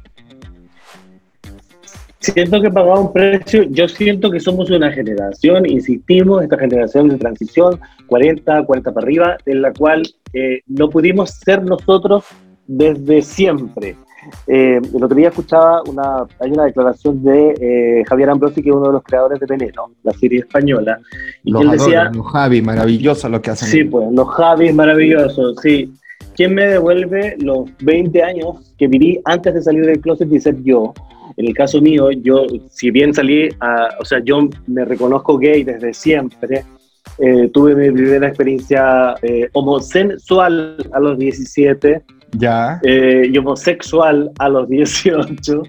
Siento que he pagado un precio. Yo siento que somos una generación, insistimos, esta generación de transición, cuarenta, cuarenta para arriba, en la cual eh, no pudimos ser nosotros desde siempre. Eh, el otro día escuchaba una, hay una declaración de eh, Javier Ambrosi, que es uno de los creadores de Veneno, la serie española. Y los él adoro, decía, los Javi, maravilloso lo que hacen. Sí, pues, los Javis, maravillosos, sí. ¿Quién me devuelve los veinte años que viví antes de salir del closet y ser yo? En el caso mío, yo, si bien salí, a, o sea, yo me reconozco gay desde siempre. Eh, tuve mi primera experiencia eh, homosexual a los diecisiete, ya. Eh, y homosexual a los dieciocho.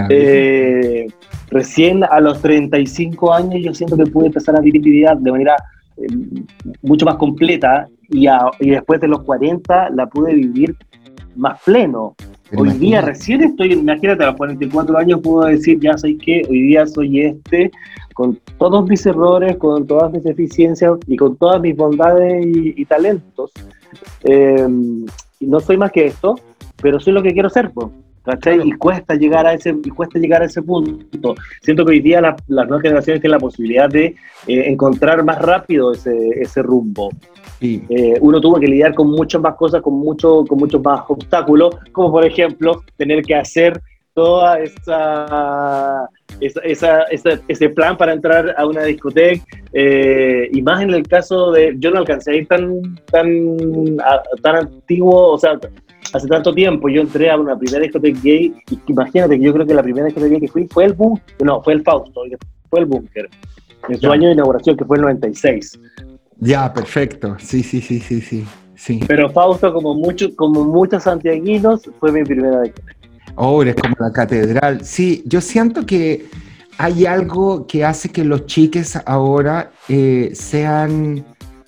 Eh, recién a los treinta y cinco años yo siento que pude empezar a vivir mi vida de manera eh, mucho más completa, y, a, y después de los cuarenta la pude vivir más pleno. Pero hoy imagínate. Día recién estoy, imagínate, a los cuarenta y cuatro años puedo decir, ya sé que hoy día soy este, con todos mis errores, con todas mis deficiencias y con todas mis bondades y, y talentos. Eh, y no soy más que esto, pero soy lo que quiero ser, pues, ¿cachai? Claro. Y cuesta llegar a ese, y cuesta llegar a ese punto. Siento que hoy día la, las nuevas generaciones tienen la posibilidad de eh, encontrar más rápido ese, ese rumbo. Sí. Eh, uno tuvo que lidiar con muchas más cosas, con, mucho, con muchos más obstáculos, como por ejemplo tener que hacer toda esa, esa, esa, esa ese plan para entrar a una discoteca, eh, y más en el caso de, yo no alcancé a ir tan, tan, a, tan antiguo, o sea, hace tanto tiempo. Yo entré a una primera discoteca gay, y imagínate que yo creo que la primera discoteca gay que fui fue el Búnker, no, fue el Fausto, y fue el Búnker, en su ya. año de inauguración, que fue el noventa y seis. Ya, perfecto. Sí, sí, sí, sí, sí, sí. Pero Fausto, como muchos, como muchos santiaguinos, fue mi primera discoteca. Oh, eres como la catedral. Sí, yo siento que hay algo que hace que los chiques ahora eh, sean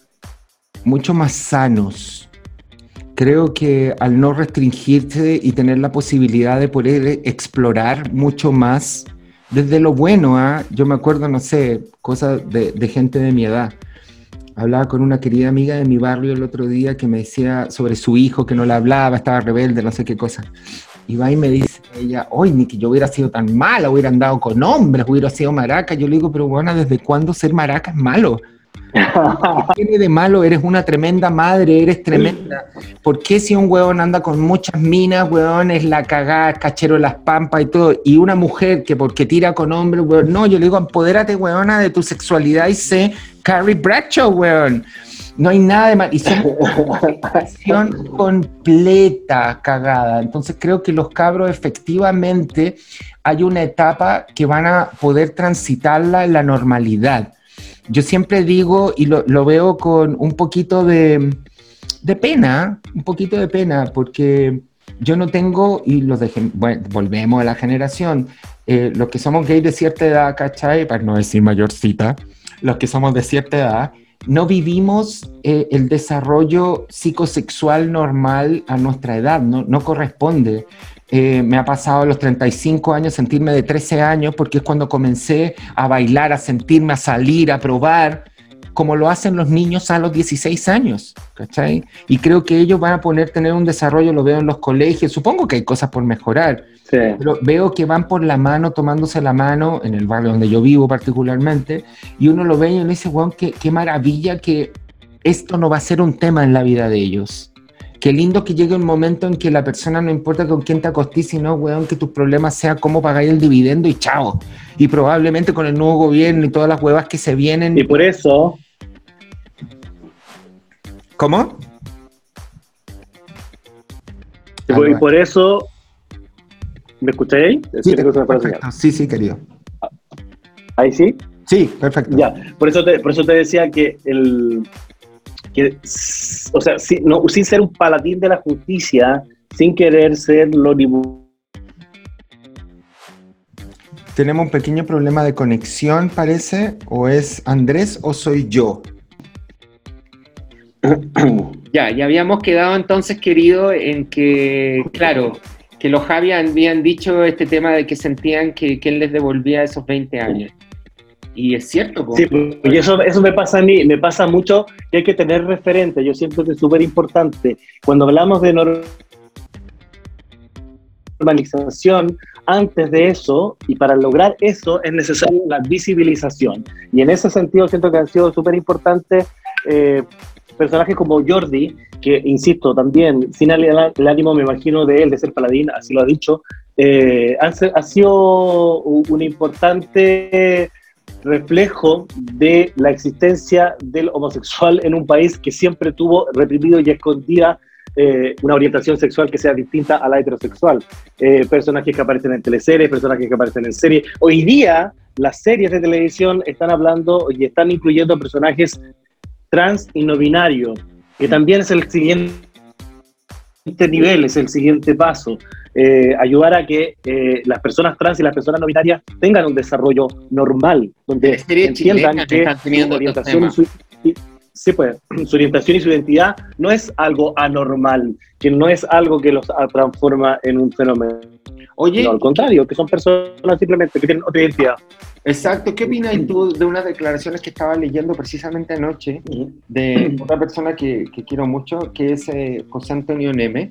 mucho más sanos. Creo que al no restringirse y tener la posibilidad de poder explorar mucho más desde lo bueno, ¿eh? Yo me acuerdo, no sé, cosas de, de gente de mi edad. Hablaba con una querida amiga de mi barrio el otro día que me decía sobre su hijo, que no le hablaba, estaba rebelde, no sé qué cosa. Y va y me dice ella, oye, ni que yo hubiera sido tan mala, hubiera andado con hombres, hubiera sido maraca. Yo le digo, pero bueno, ¿desde cuándo ser maraca es malo? ¿Qué tiene de malo? Eres una tremenda madre, eres tremenda. ¿Por qué si un huevón anda con muchas minas, huevón, es la cagada, cachero de las pampas y todo? Y una mujer que porque tira con hombres, huevón, no, yo le digo, empodérate, huevona, de tu sexualidad y sé Carrie Bradshaw, huevón. No hay nada de mal. Y son una completa cagada. Entonces creo que los cabros efectivamente hay una etapa que van a poder transitarla en la normalidad. Yo siempre digo, y lo, lo veo con un poquito de, de pena, un poquito de pena, porque yo no tengo, y los de, bueno, volvemos a la generación, eh, los que somos gays de cierta edad, ¿cachai? Para no decir mayorcita, los que somos de cierta edad, no vivimos eh, el desarrollo psicosexual normal a nuestra edad, no, no corresponde. Eh, me ha pasado a los treinta y cinco años sentirme de trece años porque es cuando comencé a bailar, a sentirme, a salir, a probar, como lo hacen los niños a los dieciséis años, ¿cachai? Y creo que ellos van a poder tener un desarrollo, lo veo en los colegios, supongo que hay cosas por mejorar, sí. Pero veo que van por la mano, tomándose la mano, en el barrio donde yo vivo particularmente, y uno lo ve y uno dice, weón, qué, qué maravilla que esto no va a ser un tema en la vida de ellos. Qué lindo que llegue un momento en que la persona no importa con quién te acostís, sino, weón, que tus problemas sea cómo pagar el dividendo y chao. Y probablemente con el nuevo gobierno y todas las huevas que se vienen. Y por eso... ¿Cómo? Y por, y por eso... ¿Me escucháis? Sí, te, perfecto. Sí, sí, querido. ¿Ahí sí? Sí, perfecto. Ya, por eso te, por eso te decía que el... Que, o sea, sin, no, sin ser un paladín de la justicia, sin querer serlo ni... Tenemos un pequeño problema de conexión, parece, o es Andrés o soy yo. Ya, ya habíamos quedado entonces, querido, en que, claro, que los Javi habían dicho este tema de que sentían que, que él les devolvía esos veinte años. Y es cierto, ¿no? Sí, y eso, eso me pasa a mí, me pasa mucho que hay que tener referentes. Yo siento que es súper importante. Cuando hablamos de normalización, antes de eso, y para lograr eso, es necesaria la visibilización. Y en ese sentido siento que han sido súper importantes eh, personajes como Jordi, que, insisto, también, sin el, el ánimo, me imagino, de él, de ser paladín, así lo ha dicho, eh, ha, ha sido un importante reflejo de la existencia del homosexual en un país que siempre tuvo reprimido y escondida eh, una orientación sexual que sea distinta a la heterosexual. Eh, personajes que aparecen en teleseries, personajes que aparecen en series. Hoy día, las series de televisión están hablando y están incluyendo personajes trans y no binario, que también es el siguiente nivel, es el siguiente paso. Eh, ayudar a que eh, las personas trans y las personas no binarias tengan un desarrollo normal, donde entiendan que su orientación, y su, y, sí, pues, su orientación y su identidad no es algo anormal, que no es algo que los transforma en un fenómeno. Oye, no, al contrario, que son personas simplemente que tienen otra identidad. Exacto. ¿Qué opinas tú de unas declaraciones que estaba leyendo precisamente anoche de otra persona que, que quiero mucho, que es eh, José Antonio Neme,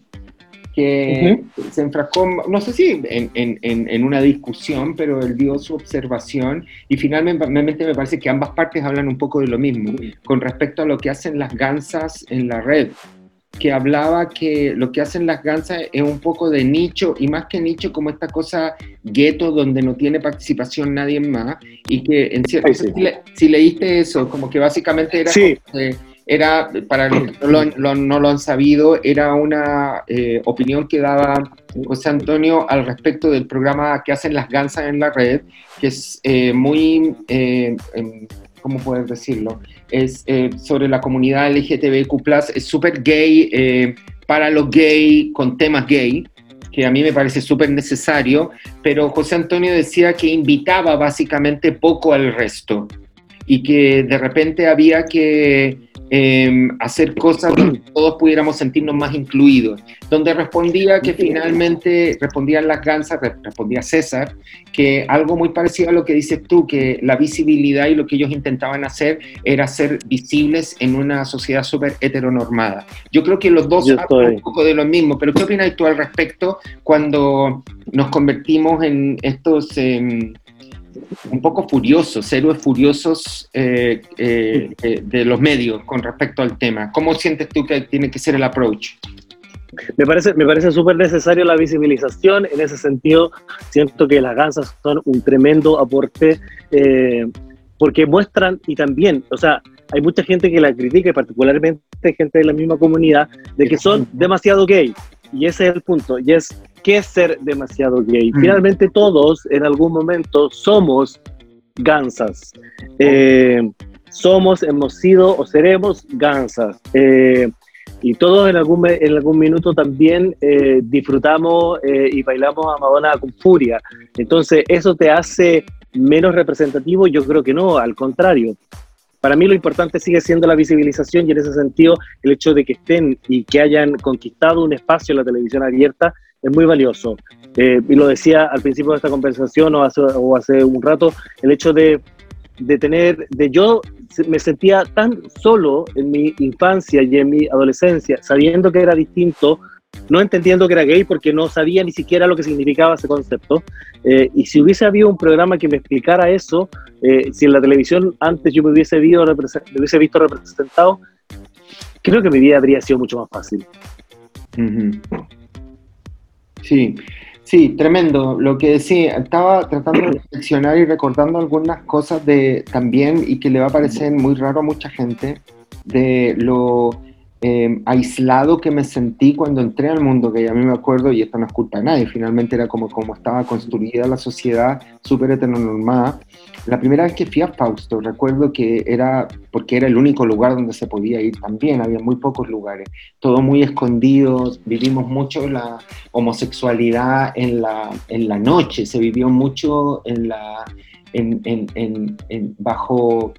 que uh-huh. se enfrascó, no sé si en, en, en una discusión, pero él dio su observación y finalmente me parece que ambas partes hablan un poco de lo mismo, con respecto a lo que hacen las gansas en la red, que hablaba que lo que hacen las gansas es un poco de nicho, y más que nicho, como esta cosa gueto donde no tiene participación nadie más, y que en cierto, Ay, sí. si, le, si leíste eso, como que básicamente era... Sí. Como, eh, era, para los que no lo, lo, no lo han sabido, era una eh, opinión que daba José Antonio al respecto del programa que hacen las gansas en la red, que es eh, muy, eh, eh, ¿cómo puedes decirlo? Es eh, sobre la comunidad L G T B Q plus, es súper gay, eh, para los gay, con temas gay, que a mí me parece súper necesario, pero José Antonio decía que invitaba básicamente poco al resto, y que de repente había que eh, hacer cosas donde todos pudiéramos sentirnos más incluidos, donde respondía que finalmente, respondían las gansas, respondía César, que algo muy parecido a lo que dices tú, que la visibilidad y lo que ellos intentaban hacer era ser visibles en una sociedad súper heteronormada. Yo creo que los dos hablan un poco de lo mismo, pero ¿qué opinas tú al respecto cuando nos convertimos en estos... Eh, un poco furiosos, héroes furiosos eh, eh, eh, de los medios con respecto al tema? ¿Cómo sientes tú que tiene que ser el approach? Me parece, me parece súper necesario la visibilización. En ese sentido, siento que las gansas son un tremendo aporte, eh, porque muestran, y también, o sea, hay mucha gente que la critica, y particularmente gente de la misma comunidad, de que son demasiado gay. Y ese es el punto, y es ¿qué es ser demasiado gay? Mm. Finalmente todos en algún momento somos gansas. Eh, somos, hemos sido o seremos gansas. Eh, y todos en algún, en algún minuto también eh, disfrutamos eh, y bailamos a Madonna con furia. Entonces, ¿eso te hace menos representativo? Yo creo que no, al contrario. para mí lo importante sigue siendo la visibilización, y en ese sentido el hecho de que estén y que hayan conquistado un espacio en la televisión abierta es muy valioso. Eh, y lo decía al principio de esta conversación o hace, o hace un rato, el hecho de, de tener, de yo me sentía tan solo en mi infancia y en mi adolescencia, sabiendo que era distinto, no entendiendo que era gay porque no sabía ni siquiera lo que significaba ese concepto. Eh, y si hubiese habido un programa que me explicara eso, eh, si en la televisión antes yo me hubiese, visto, me hubiese visto representado, creo que mi vida habría sido mucho más fácil. Uh-huh. Sí, sí, tremendo. Lo que decía, estaba tratando de reflexionar y recordando algunas cosas de también, y que le va a parecer muy raro a mucha gente, de lo eh, aislado que me sentí cuando entré al mundo gay. A mí me acuerdo, y esto no es culpa de nadie, finalmente era como, como estaba construida la sociedad, súper heteronormada. La primera vez que fui a Fausto, recuerdo que era, porque era el único lugar donde se podía ir también, había muy pocos lugares, todo muy escondido, vivimos mucho la homosexualidad en la, en la noche, se vivió mucho en la, en, en, en, en, bajo,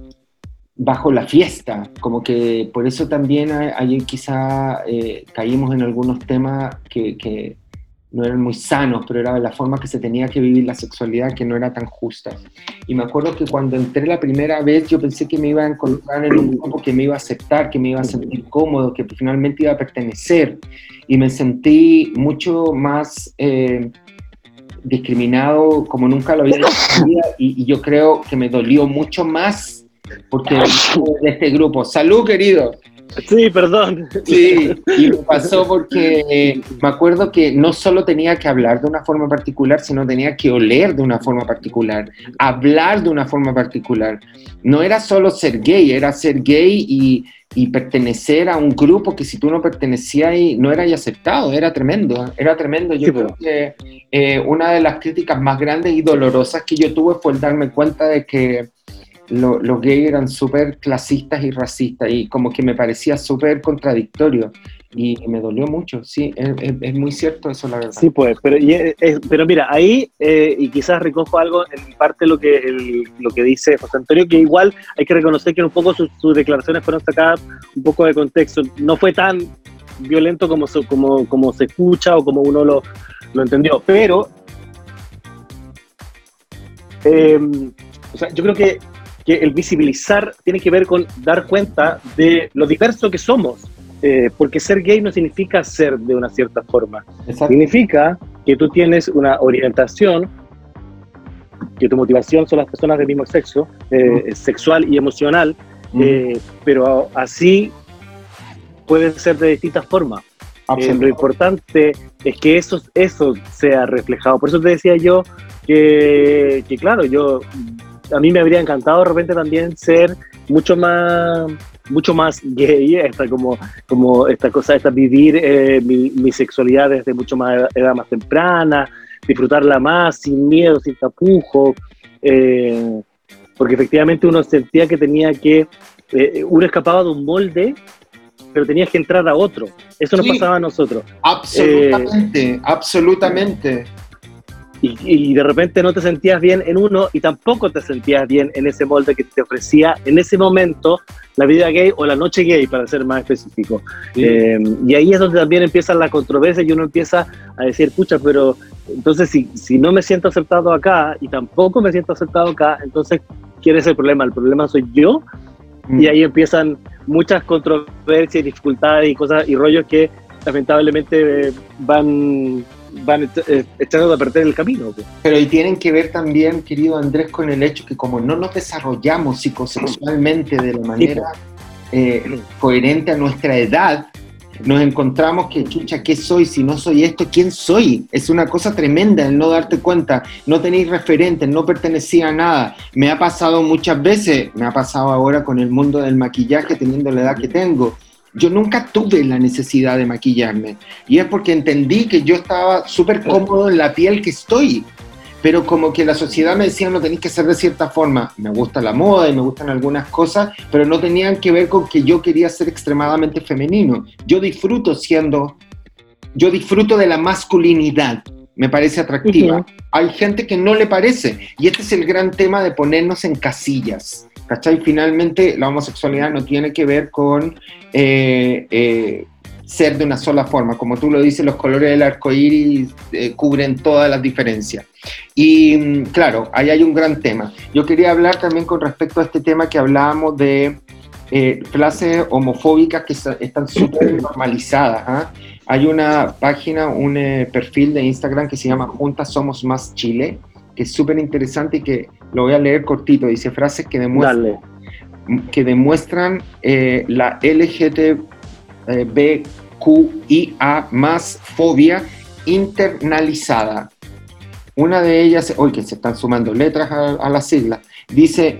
bajo la fiesta, como que por eso también ahí quizá eh, caímos en algunos temas que, que no eran muy sanos, pero era la forma que se tenía que vivir la sexualidad que no era tan justa. Y me acuerdo que cuando entré la primera vez yo pensé que me iba a encontrar en un grupo que me iba a aceptar, que me iba a sentir cómodo, que finalmente iba a pertenecer, y me sentí mucho más eh, discriminado como nunca lo había hecho en mi vida, y, y yo creo que me dolió mucho más porque de este grupo. ¡Salud, querido! Sí, perdón. Sí, y me pasó porque eh, me acuerdo que no solo tenía que hablar de una forma particular, sino tenía que oler de una forma particular, hablar de una forma particular. No era solo ser gay, era ser gay y, y pertenecer a un grupo que si tú no pertenecías ahí no eras aceptado. Era tremendo, era tremendo. Yo sí, creo que eh, una de las críticas más grandes y dolorosas que yo tuve fue el darme cuenta de que Lo, los gays eran súper clasistas y racistas, y como que me parecía súper contradictorio, y me dolió mucho. Sí, es, es, es muy cierto eso, la verdad. Sí, pues, pero, y es, es, pero mira, ahí, eh, y quizás recojo algo en parte lo que, el, lo que dice José Antonio, que igual hay que reconocer que un poco sus, sus declaraciones fueron sacadas un poco de contexto. No fue tan violento como, como, como se escucha o como uno lo, lo entendió, pero eh, o sea, yo creo que que el visibilizar tiene que ver con dar cuenta de lo diverso que somos, eh, porque ser gay no significa ser de una cierta forma. Exacto. Significa que tú tienes una orientación, que tu motivación son las personas del mismo sexo, eh, uh-huh. sexual y emocional, uh-huh. eh, pero así pueden ser de distintas formas. Eh, lo importante es que eso, eso sea reflejado. Por eso te decía yo que, que claro, yo... a mí me habría encantado de repente también ser mucho más mucho más gay, esta, como, como esta cosa, esta vivir eh, mi, mi sexualidad desde mucho más edad más temprana, disfrutarla más, sin miedo, sin tapujo, eh, porque efectivamente uno sentía que tenía que, eh, uno escapaba de un molde, pero tenías que entrar a otro. Eso nos sí, pasaba a nosotros. Absolutamente, eh, absolutamente. Y, y de repente no te sentías bien en uno y tampoco te sentías bien en ese molde que te ofrecía en ese momento la vida gay o la noche gay, para ser más específico. Sí. Eh, y ahí es donde también empieza la controversia y uno empieza a decir, pucha, pero entonces si, si no me siento aceptado acá y tampoco me siento aceptado acá, entonces ¿quién es el problema? ¿El problema soy yo? Mm. Y ahí empiezan muchas controversias y dificultades y cosas y rollos que lamentablemente eh, van... van echando a perder el camino. Pues. Pero y tienen que ver también, querido Andrés, con el hecho que como no nos desarrollamos psicosexualmente de la manera eh, coherente a nuestra edad, nos encontramos que, chucha, ¿qué soy? Si no soy esto, ¿quién soy? Es una cosa tremenda el no darte cuenta, no tenéis referentes, no pertenecía a nada. Me ha pasado muchas veces, me ha pasado ahora con el mundo del maquillaje teniendo la edad que tengo. Yo nunca tuve la necesidad de maquillarme, y es porque entendí que yo estaba súper cómodo en la piel que estoy, pero como que la sociedad me decía no tenéis que ser de cierta forma. Me gusta la moda y me gustan algunas cosas, pero no tenían que ver con que yo quería ser extremadamente femenino. Yo disfruto siendo, yo disfruto de la masculinidad, me parece atractiva. Uh-huh. Hay gente que no le parece, y este es el gran tema de ponernos en casillas, ¿cachai? Finalmente la homosexualidad no tiene que ver con eh, eh, ser de una sola forma. Como tú lo dices, los colores del arco iris eh, cubren todas las diferencias. Y claro, ahí hay un gran tema. Yo quería hablar también con respecto a este tema que hablábamos de eh, frases homofóbicas que están súper normalizadas, ¿eh? Hay una página, un eh, perfil de Instagram que se llama Juntas Somos Más Chile, que es súper interesante y que lo voy a leer cortito. Dice frases que demuestran, que demuestran eh, la L G T B Q I A más fobia internalizada. Una de ellas, hoy que se están sumando letras a, a la sigla, dice,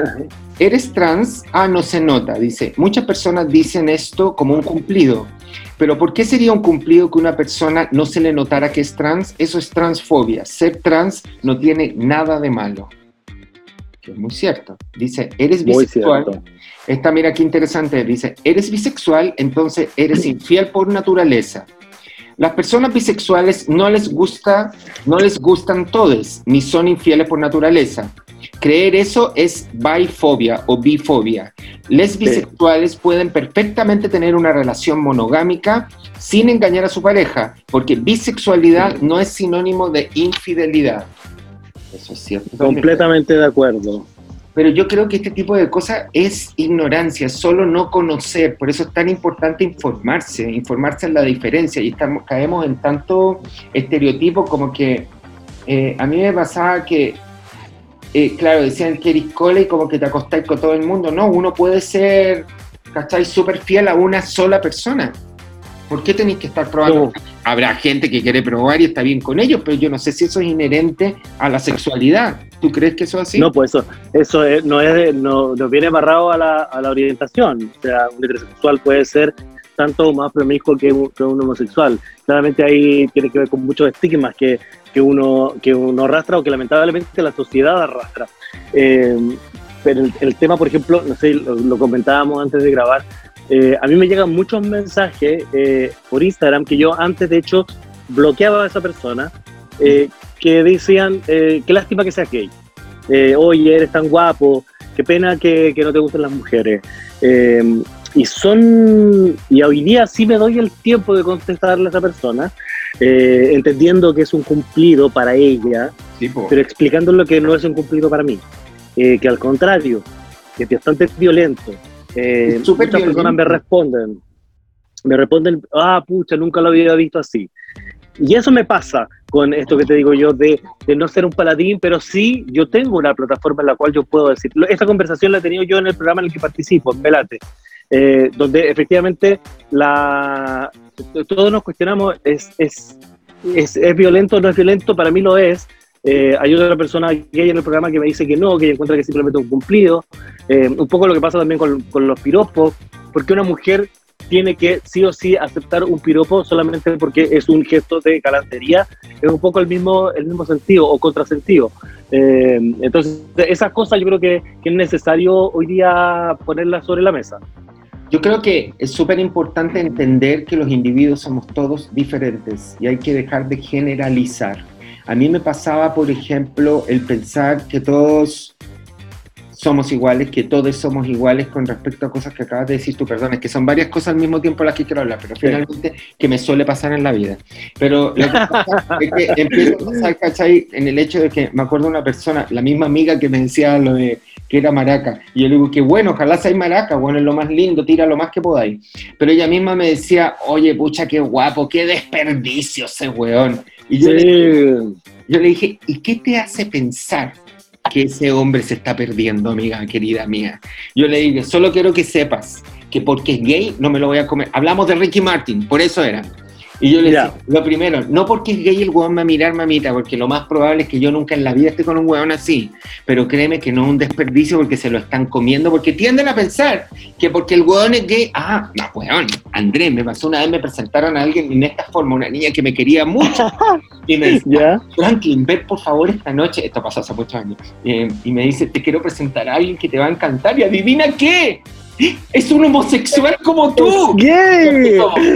¿eres trans? Ah, no se nota. Dice, muchas personas dicen esto como un cumplido. Pero ¿por qué sería un cumplido que una persona no se le notara que es trans? Eso es transfobia. Ser trans no tiene nada de malo. Que es muy cierto. Dice, ¿eres bisexual? Esta, mira qué interesante. Dice, ¿eres bisexual? Entonces eres infiel por naturaleza. Las personas bisexuales no les gusta, no les gustan todos, ni son infieles por naturaleza. Creer eso es bifobia o bifobia. Les bisexuales sí. pueden perfectamente tener una relación monogámica sin engañar a su pareja, porque bisexualidad sí. no es sinónimo de infidelidad. Eso es cierto. Completamente de acuerdo. Pero yo creo que este tipo de cosas es ignorancia, solo no conocer. Por eso es tan importante informarse, informarse en la diferencia. Y estamos, caemos en tanto estereotipo como que eh, a mí me pasaba que Eh, claro, decían que eres cola y como que te acostáis con todo el mundo. No, uno puede ser, ¿cachai? Súper fiel a una sola persona. ¿Por qué tenéis que estar probando? No. Habrá gente que quiere probar y está bien con ellos, pero yo no sé si eso es inherente a la sexualidad. ¿Tú crees que eso es así? No, pues eso, eso es, no, es, no, no viene barrado a la, a la orientación. O sea, un heterosexual puede ser tanto más promiscuo que un, que un homosexual. Claramente ahí tiene que ver con muchos estigmas que, que, uno, que uno arrastra o que lamentablemente la sociedad arrastra. Eh, pero el, el tema, por ejemplo, no sé, lo, lo comentábamos antes de grabar, eh, a mí me llegan muchos mensajes eh, por Instagram que yo antes, de hecho, bloqueaba a esa persona, eh, que decían, eh, qué lástima que seas gay, eh, oye, eres tan guapo, qué pena que, que no te gusten las mujeres. Eh, Y son, y hoy día sí me doy el tiempo de contestarle a esa persona, eh, entendiendo que es un cumplido para ella, sí, pero explicándole que no es un cumplido para mí, eh, que al contrario, que es bastante violento. Eh, muchas violento. personas me responden, me responden, ah, pucha, nunca lo había visto así. Y eso me pasa con esto que te digo yo, de, de no ser un paladín, pero sí yo tengo una plataforma en la cual yo puedo decir, esta conversación la he tenido yo en el programa en el que participo, en Velate. Eh, donde efectivamente la, todos nos cuestionamos, ¿es, es, es, ¿es violento o no es violento? Para mí lo es. Eh, hay otra persona gay en el programa que me dice que no, que ella encuentra que es simplemente un cumplido. Eh, un poco lo que pasa también con, con los piropos, porque una mujer tiene que sí o sí aceptar un piropo solamente porque es un gesto de galantería, es un poco el mismo, el mismo sentido o contrasentido. Eh, entonces, esas cosas yo creo que, que es necesario hoy día ponerlas sobre la mesa. Yo creo que es súper importante entender que los individuos somos todos diferentes y hay que dejar de generalizar. A mí me pasaba, por ejemplo, el pensar que todos somos iguales, que todos somos iguales con respecto a cosas que acabas de decir tú, perdón, es que son varias cosas al mismo tiempo las que quiero hablar, pero finalmente que me suele pasar en la vida. Pero lo que pasa es que empiezo a pasar, ¿cachai? En el hecho de que me acuerdo de una persona, la misma amiga que me decía lo de que era maraca, y yo le digo que bueno, ojalá seas maraca, bueno, es lo más lindo, tira lo más que podáis. Pero ella misma me decía, oye, pucha, qué guapo, qué desperdicio ese weón. Y yo, sí. le, yo le dije, ¿y qué te hace pensar que ese hombre se está perdiendo, amiga querida mía? Yo le dije, solo quiero que sepas que porque es gay no me lo voy a comer. Hablamos de Ricky Martin, por eso era. Y yo le decía, lo primero, no porque es gay el hueón va a mirar mamita, porque lo más probable es que yo nunca en la vida esté con un hueón así, pero créeme que no es un desperdicio porque se lo están comiendo, porque tienden a pensar que porque el hueón es gay, ah, no, hueón, Andrés, me pasó una vez, me presentaron a alguien en esta forma, una niña que me quería mucho, y me dice, ¿ya? Franklin, ven por favor esta noche, esto pasó hace muchos años, eh, y me dice, te quiero presentar a alguien que te va a encantar, y adivina qué, es un homosexual como tú. ¡Gay!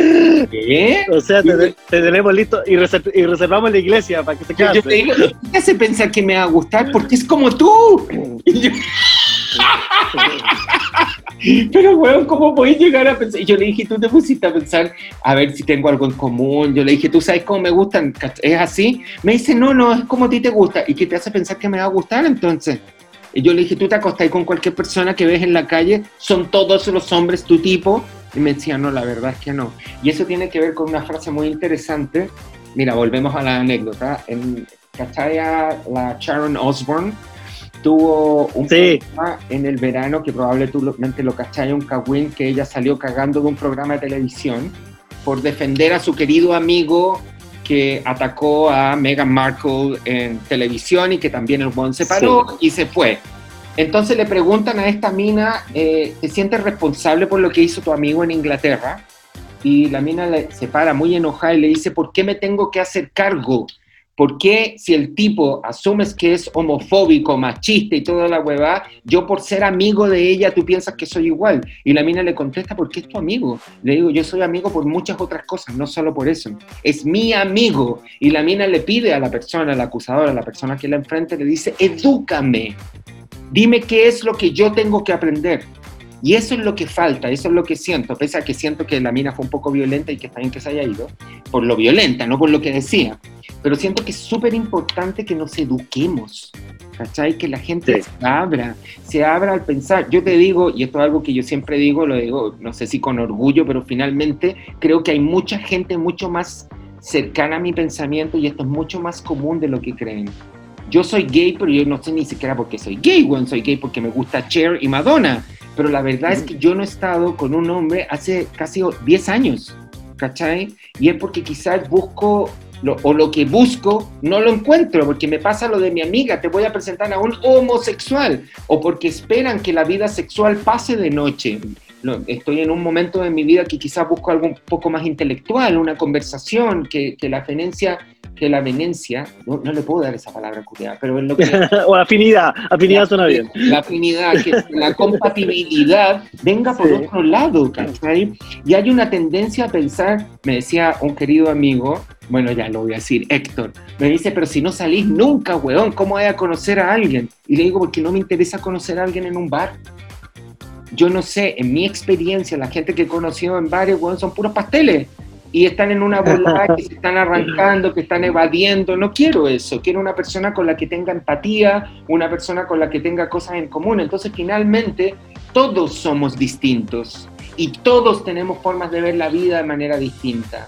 ¿Qué? O sea, te, te tenemos listo y, reserv, y reservamos la iglesia para que se case. Yo te digo, ¿qué te hace pensar que me va a gustar? Porque es como tú. Y yo, Pero, weón, ¿cómo voy a llegar a pensar? Y yo le dije, tú te pusiste a pensar, a ver si tengo algo en común. Yo le dije, ¿tú sabes cómo me gustan? ¿Es así? Me dice, no, no, es como a ti te gusta. ¿Y qué te hace pensar que me va a gustar entonces? Y yo le dije, ¿tú te acostás con cualquier persona que ves en la calle? ¿Son todos los hombres tu tipo? Y me decía, no, la verdad es que no. Y eso tiene que ver con una frase muy interesante. Mira, volvemos a la anécdota. En, ¿cachai? La Sharon Osbourne tuvo un sí. programa en el verano que probablemente lo cachai, un cagüín, que ella salió cagando de un programa de televisión por defender a su querido amigo que atacó a Meghan Markle en televisión y que también el buen se paró sí. y se fue. Entonces le preguntan a esta mina, eh, ¿te sientes responsable por lo que hizo tu amigo en Inglaterra? Y la mina le, se para muy enojada y le dice, ¿por qué me tengo que hacer cargo? ¿Por qué si el tipo asumes que es homofóbico, machista y toda la huevada, yo por ser amigo de ella tú piensas que soy igual? Y la mina le contesta, ¿por qué es tu amigo? Le digo, yo soy amigo por muchas otras cosas, no solo por eso. Es mi amigo. Y la mina le pide a la persona, a la acusadora, a la persona que la enfrente, le dice, edúcame. Dime qué es lo que yo tengo que aprender. Y eso es lo que falta, eso es lo que siento, pese a que siento que la mina fue un poco violenta y que está bien que se haya ido, por lo violenta, no por lo que decía. Pero siento que es súper importante que nos eduquemos, ¿cachai? Que la gente sí. se abra, se abra al pensar. Yo te digo, y esto es algo que yo siempre digo, lo digo, no sé si con orgullo, pero finalmente creo que hay mucha gente mucho más cercana a mi pensamiento y esto es mucho más común de lo que creen. Yo soy gay, pero yo no sé ni siquiera por qué soy gay, bueno, soy gay porque me gusta Cher y Madonna. Pero la verdad es que yo no he estado con un hombre hace casi diez años, ¿cachai? Y es porque quizás busco, lo, o lo que busco, no lo encuentro, porque me pasa lo de mi amiga, te voy a presentar a un homosexual, o porque esperan que la vida sexual pase de noche. Estoy en un momento de mi vida que quizás busco algo un poco más intelectual, una conversación, que, que la venencia... que la venencia, no, no le puedo dar esa palabra culiada, pero es lo que... o afinidad, afinidad la, suena bien. La afinidad, que la compatibilidad venga por sí. otro lado, ¿cachai? Y hay una tendencia a pensar, me decía un querido amigo, bueno, ya lo voy a decir, Héctor, me dice, pero si no salís nunca, weón, ¿cómo voy a conocer a alguien? Y le digo, porque no me interesa conocer a alguien en un bar. Yo no sé, en mi experiencia, la gente que he conocido en bares, weón, son puros pasteles. Y están en una bola, que se están arrancando, que están evadiendo. No quiero eso. Quiero una persona con la que tenga empatía, una persona con la que tenga cosas en común. Entonces, finalmente, todos somos distintos y todos tenemos formas de ver la vida de manera distinta.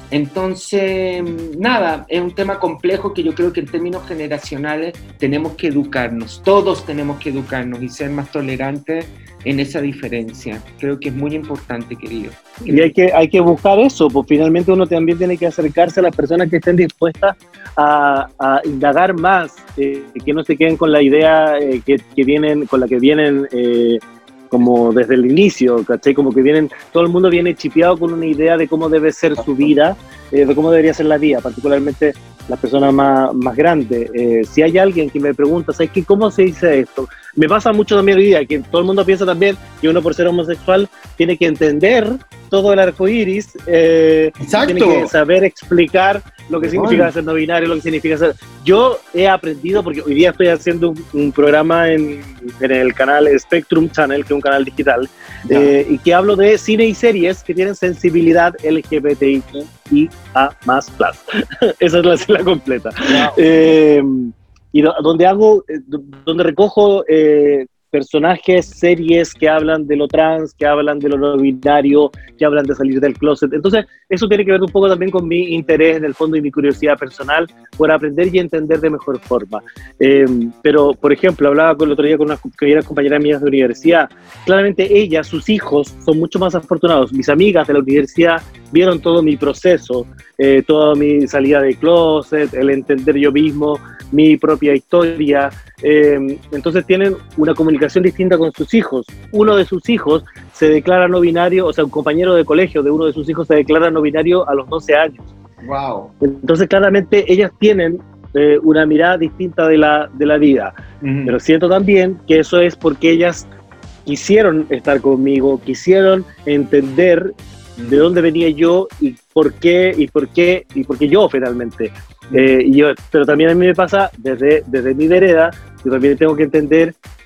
Entonces, nada, es un tema complejo que yo creo que en términos generacionales tenemos que educarnos. Todos tenemos que educarnos y ser más tolerantes en esa diferencia. Creo que es muy importante, querido. Y hay que, hay que buscar eso, pues finalmente uno también tiene que acercarse a las personas que estén dispuestas a, a indagar más, eh, que no se queden con la idea eh, que, que vienen, con la que vienen eh, como desde el inicio, ¿cachai? Como que vienen, todo el mundo viene chipeado con una idea de cómo debe ser su vida, eh, de cómo debería ser la vida, particularmente las personas más, más grandes. Eh, si hay alguien que me pregunta, ¿sabes qué? ¿Cómo se dice esto? Me pasa mucho también hoy día, que todo el mundo piensa también que uno por ser homosexual tiene que entender todo el arco iris, eh, tiene que saber explicar lo que bueno. significa ser no binario, lo que significa ser... Yo he aprendido, porque hoy día estoy haciendo un, un programa en, en el canal Spectrum Channel, que es un canal digital, eh, y que hablo de cine y series que tienen sensibilidad L G B T I A más plus. Esa es la sigla completa. Wow. Eh, y do, donde hago, donde recojo eh, personajes, series que hablan de lo trans, que hablan de lo no binario, que hablan de salir del closet. Entonces, eso tiene que ver un poco también con mi interés en el fondo y mi curiosidad personal por aprender y entender de mejor forma. Eh, pero, por ejemplo, hablaba con el otro día con unas compañeras mías de universidad. Claramente ellas, sus hijos, son mucho más afortunados. Mis amigas de la universidad vieron todo mi proceso, eh, toda mi salida de closet, el entender yo mismo, mi propia historia. Eh, entonces tienen una comunicación distinta con sus hijos. Uno de sus hijos se declara no binario, o sea, un compañero de colegio de uno de sus hijos se declara no binario a los doce años. Wow. Entonces claramente ellas tienen eh, una mirada distinta de la, de la vida. Uh-huh. Pero siento también que eso es porque ellas quisieron estar conmigo, quisieron entender de dónde venía yo y por qué, y por qué, y por qué yo finalmente. Eh, y yo, pero también a mí me pasa, desde, desde mi vereda, yo también tengo que entender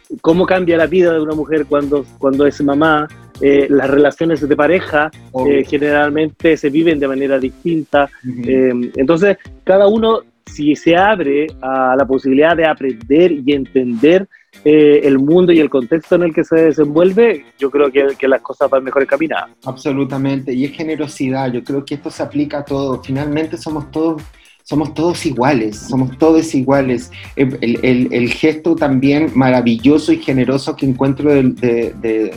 cómo cambia la vida de una mujer cuando, cuando es mamá. Eh, las relaciones de pareja eh, generalmente se viven de manera distinta. Uh-huh. eh, entonces, cada uno, si se abre a la posibilidad de aprender y entender eh, el mundo y el contexto en el que se desenvuelve, yo creo que, que las cosas van mejor encaminadas. Absolutamente, y es generosidad. Yo creo que esto se aplica a todo. Finalmente somos todos somos todos iguales, somos todos iguales. El, el, el gesto también maravilloso y generoso que encuentro de, de, de,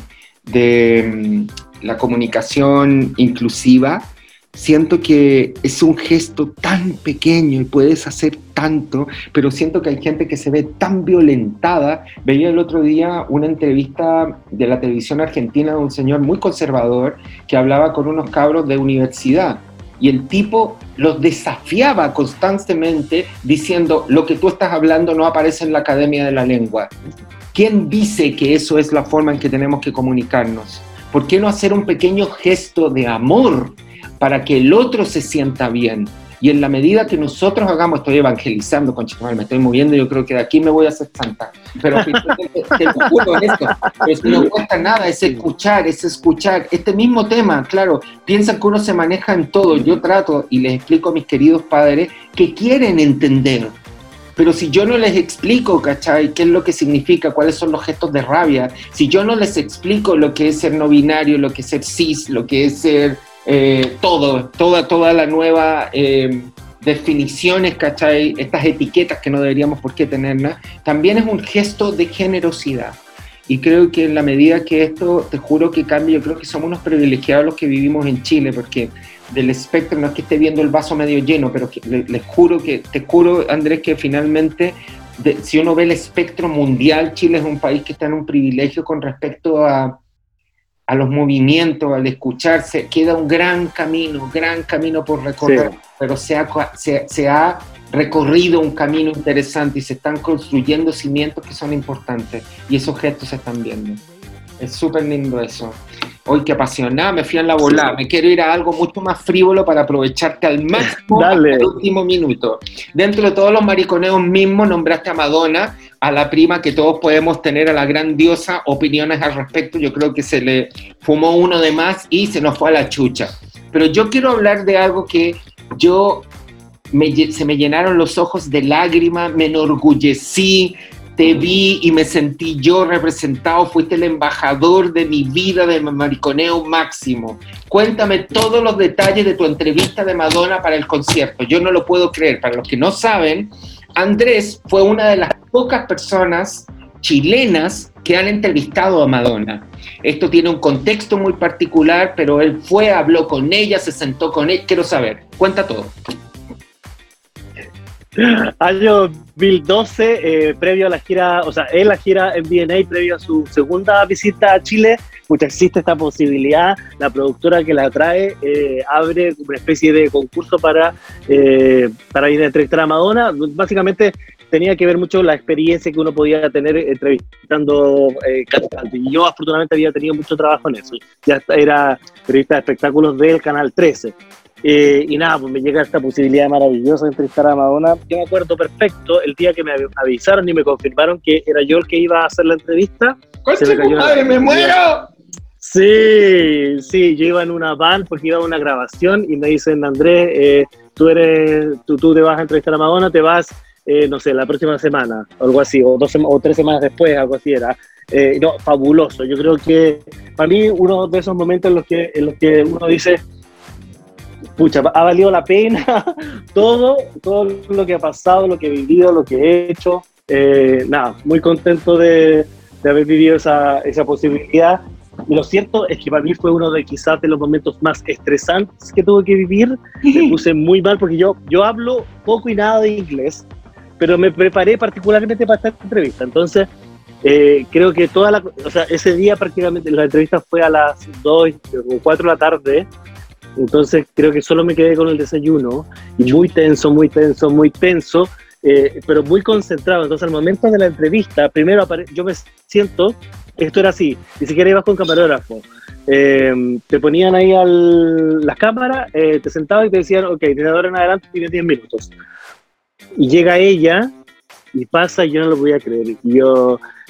de la comunicación inclusiva, siento que es un gesto tan pequeño y puedes hacer tanto, pero siento que hay gente que se ve tan violentada. Veía el otro día una entrevista de la televisión argentina de un señor muy conservador que hablaba con unos cabros de universidad. Y el tipo los desafiaba constantemente diciendo, lo que tú estás hablando no aparece en la Academia de la Lengua. ¿Quién dice que eso es la forma en que tenemos que comunicarnos? ¿Por qué no hacer un pequeño gesto de amor para que el otro se sienta bien? Y en la medida que nosotros hagamos, estoy evangelizando, conchetumal, me estoy moviendo, yo creo que de aquí me voy a hacer santa. Pero te, te, te lo juro en esto, pues no cuesta nada, es escuchar, es escuchar. Este mismo tema, claro, piensan que uno se maneja en todo. Yo trato y les explico a mis queridos padres que quieren entender. Pero si yo no les explico, ¿cachai? ¿Qué es lo que significa? ¿Cuáles son los gestos de rabia? Si yo no les explico lo que es ser no binario, lo que es ser cis, lo que es ser... Eh, todo, toda, toda la nueva eh, definiciones, ¿cachai? Estas etiquetas que no deberíamos por qué tenerlas, también es un gesto de generosidad. Y creo que en la medida que esto, te juro que cambia, yo creo que somos unos privilegiados los que vivimos en Chile, porque del espectro, no es que esté viendo el vaso medio lleno, pero que, les, les juro que, te juro, Andrés, que finalmente, de, si uno ve el espectro mundial, Chile es un país que está en un privilegio con respecto a a los movimientos, al escucharse, queda un gran camino, gran camino por recorrer, sí. Pero se ha, se, se ha recorrido un camino interesante y se están construyendo cimientos que son importantes y esos gestos se están viendo. Es súper lindo eso. Hoy qué apasionada, me fui a la volada, me quiero ir a algo mucho más frívolo para aprovecharte al máximo hasta el último minuto. Dentro de todos los mariconeos mismos nombraste a Madonna, a la prima que todos podemos tener, a la gran diosa, opiniones al respecto. Yo creo que se le fumó uno de más y se nos fue a la chucha. Pero yo quiero hablar de algo que yo, me, se me llenaron los ojos de lágrimas, me enorgullecí, te vi y me sentí yo representado, fuiste el embajador de mi vida de mariconeo máximo. Cuéntame todos los detalles de tu entrevista de Madonna para el concierto. Yo no lo puedo creer. Para los que no saben, Andrés fue una de las pocas personas chilenas que han entrevistado a Madonna. Esto tiene un contexto muy particular, pero él fue, habló con ella, se sentó con ella. Quiero saber, cuenta todo. Año dos mil doce, eh, previo a la gira, o sea, en la gira en V and A, previo a su segunda visita a Chile, pues existe esta posibilidad. La productora que la trae eh, abre una especie de concurso para, eh, para ir a entrevistar a Madonna. Básicamente tenía que ver mucho la experiencia que uno podía tener entrevistando eh, cantantes. Y yo afortunadamente había tenido mucho trabajo en eso. Ya era periodista de espectáculos del Canal trece. Eh, y nada, pues me llega esta posibilidad maravillosa de entrevistar a Madonna. Yo me acuerdo perfecto el día que me avisaron y me confirmaron que era yo el que iba a hacer la entrevista. ¡Concha tu madre, me muero! Sí, sí, yo iba en una van porque iba a una grabación y me dicen, Andrés, eh, tú, eres, tú, tú te vas a entrevistar a Madonna, te vas, eh, no sé, la próxima semana, o algo así, o, dos, o tres semanas después, algo así era. Eh, no, fabuloso. Yo creo que para mí uno de esos momentos en los que, en los que uno dice, pucha, ha valido la pena todo, todo lo que ha pasado, lo que he vivido, lo que he hecho. Eh, nada, muy contento de, de haber vivido esa, esa posibilidad. Y lo cierto es que para mí fue uno de quizás de los momentos más estresantes que tuve que vivir. Me puse muy mal porque yo, yo hablo poco y nada de inglés, pero me preparé particularmente para esta entrevista. Entonces, eh, creo que toda la, o sea, ese día prácticamente la entrevista fue a las dos o cuatro de la tarde. Entonces creo que solo me quedé con el desayuno, y muy tenso, muy tenso, muy tenso, eh, pero muy concentrado. Entonces al momento de la entrevista, primero apare- yo me siento, esto era así, ni siquiera ibas con camarógrafo, eh, te ponían ahí al, las cámaras, eh, te sentabas y te decían, ok, desde ahora en adelante tienes diez minutos. Y llega ella, y pasa, y yo no lo podía creer. Y yo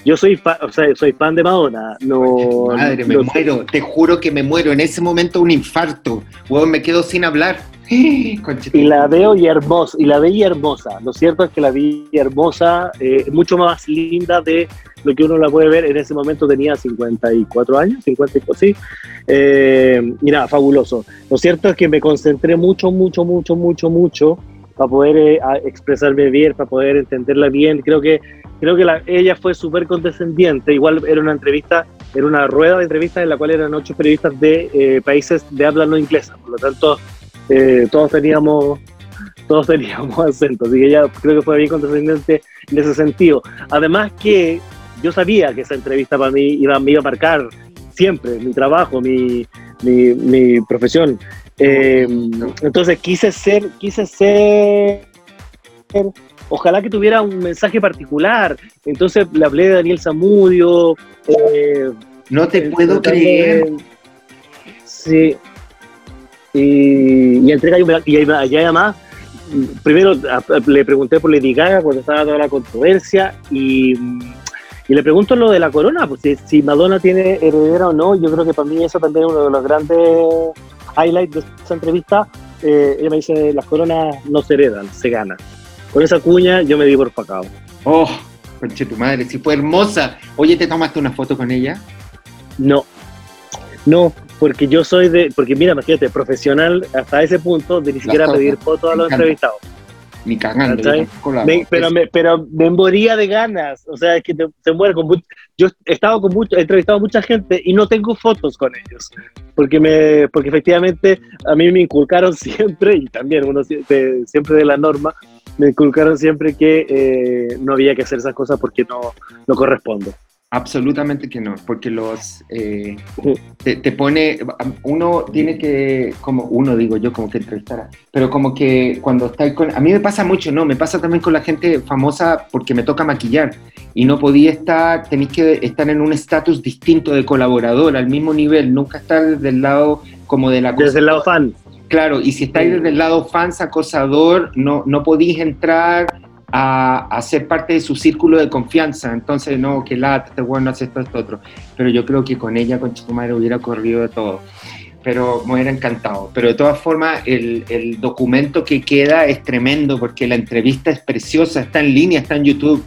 yo soy, fa, o sea, soy fan de Madonna. No, Madre, me no, muero, te juro que me muero. En ese momento un infarto. Huevón, me quedo sin hablar. Y la veo y hermosa, y la veía hermosa. Lo cierto es que la vi hermosa, eh, mucho más linda de lo que uno la puede ver. En ese momento tenía cincuenta y cuatro años, cincuenta y cuatro, sí. Eh, y nada, fabuloso. Lo cierto es que me concentré mucho, mucho, mucho, mucho, mucho para poder eh, expresarme bien, para poder entenderla bien. Creo que, creo que la, ella fue súper condescendiente. Igual era una entrevista, era una rueda de entrevistas en la cual eran ocho periodistas de eh, países de habla no inglesa. Por lo tanto, Eh, todos teníamos todos teníamos acento, así que ella creo que fue bien condescendiente en ese sentido. Además que yo sabía que esa entrevista para mí iba, me iba a marcar siempre mi trabajo, mi, mi, mi profesión. Eh, entonces quise ser, quise ser, ojalá que tuviera un mensaje particular. Entonces le hablé de Daniel Zamudio. Eh, no te puedo creer. De, sí. Y, y entrega y, y además primero a, le pregunté por Lady Gaga cuando estaba toda la controversia y, y le pregunto lo de la corona, pues si, si Madonna tiene heredera o no. Yo creo que para mí eso también es uno de los grandes highlights de esa entrevista. Eh, ella me dice, las coronas no se heredan, se ganan. Con esa cuña yo me di por pacado. Oh, conche tu madre, si fue hermosa. Oye, ¿te tomaste una foto con ella? No, no, porque yo soy de, porque mira, imagínate, profesional hasta ese punto de ni siquiera fotos, pedir fotos a los entrevistados. Ni cagando. Me, pero, me, pero me moría de ganas, o sea, es que te, te mueres con mucho, yo he estado con mucho, he entrevistado a mucha gente y no tengo fotos con ellos, porque me, porque efectivamente a mí me inculcaron siempre, y también uno de, siempre de la norma, me inculcaron siempre que eh, no había que hacer esas cosas porque no, no corresponde. Absolutamente que no, porque los eh, te, te pone, uno tiene que, como uno digo yo, como que entrevistar, pero como que cuando estáis con, a mí me pasa mucho, no, me pasa también con la gente famosa porque me toca maquillar y no podía estar, tenéis que estar en un estatus distinto de colaborador, al mismo nivel, nunca estar del lado como de la cosa. Desde el lado fan. Claro, y si estáis desde el lado fans, acosador, no, no podéis entrar A, a ser parte de su círculo de confianza. Entonces, no, que lata, este bueno, hace esto, esto, otro. Pero yo creo que con ella, con tu madre, hubiera corrido de todo. Pero me hubiera encantado. Pero de todas formas, el, el documento que queda es tremendo, porque la entrevista es preciosa, está en línea, está en YouTube.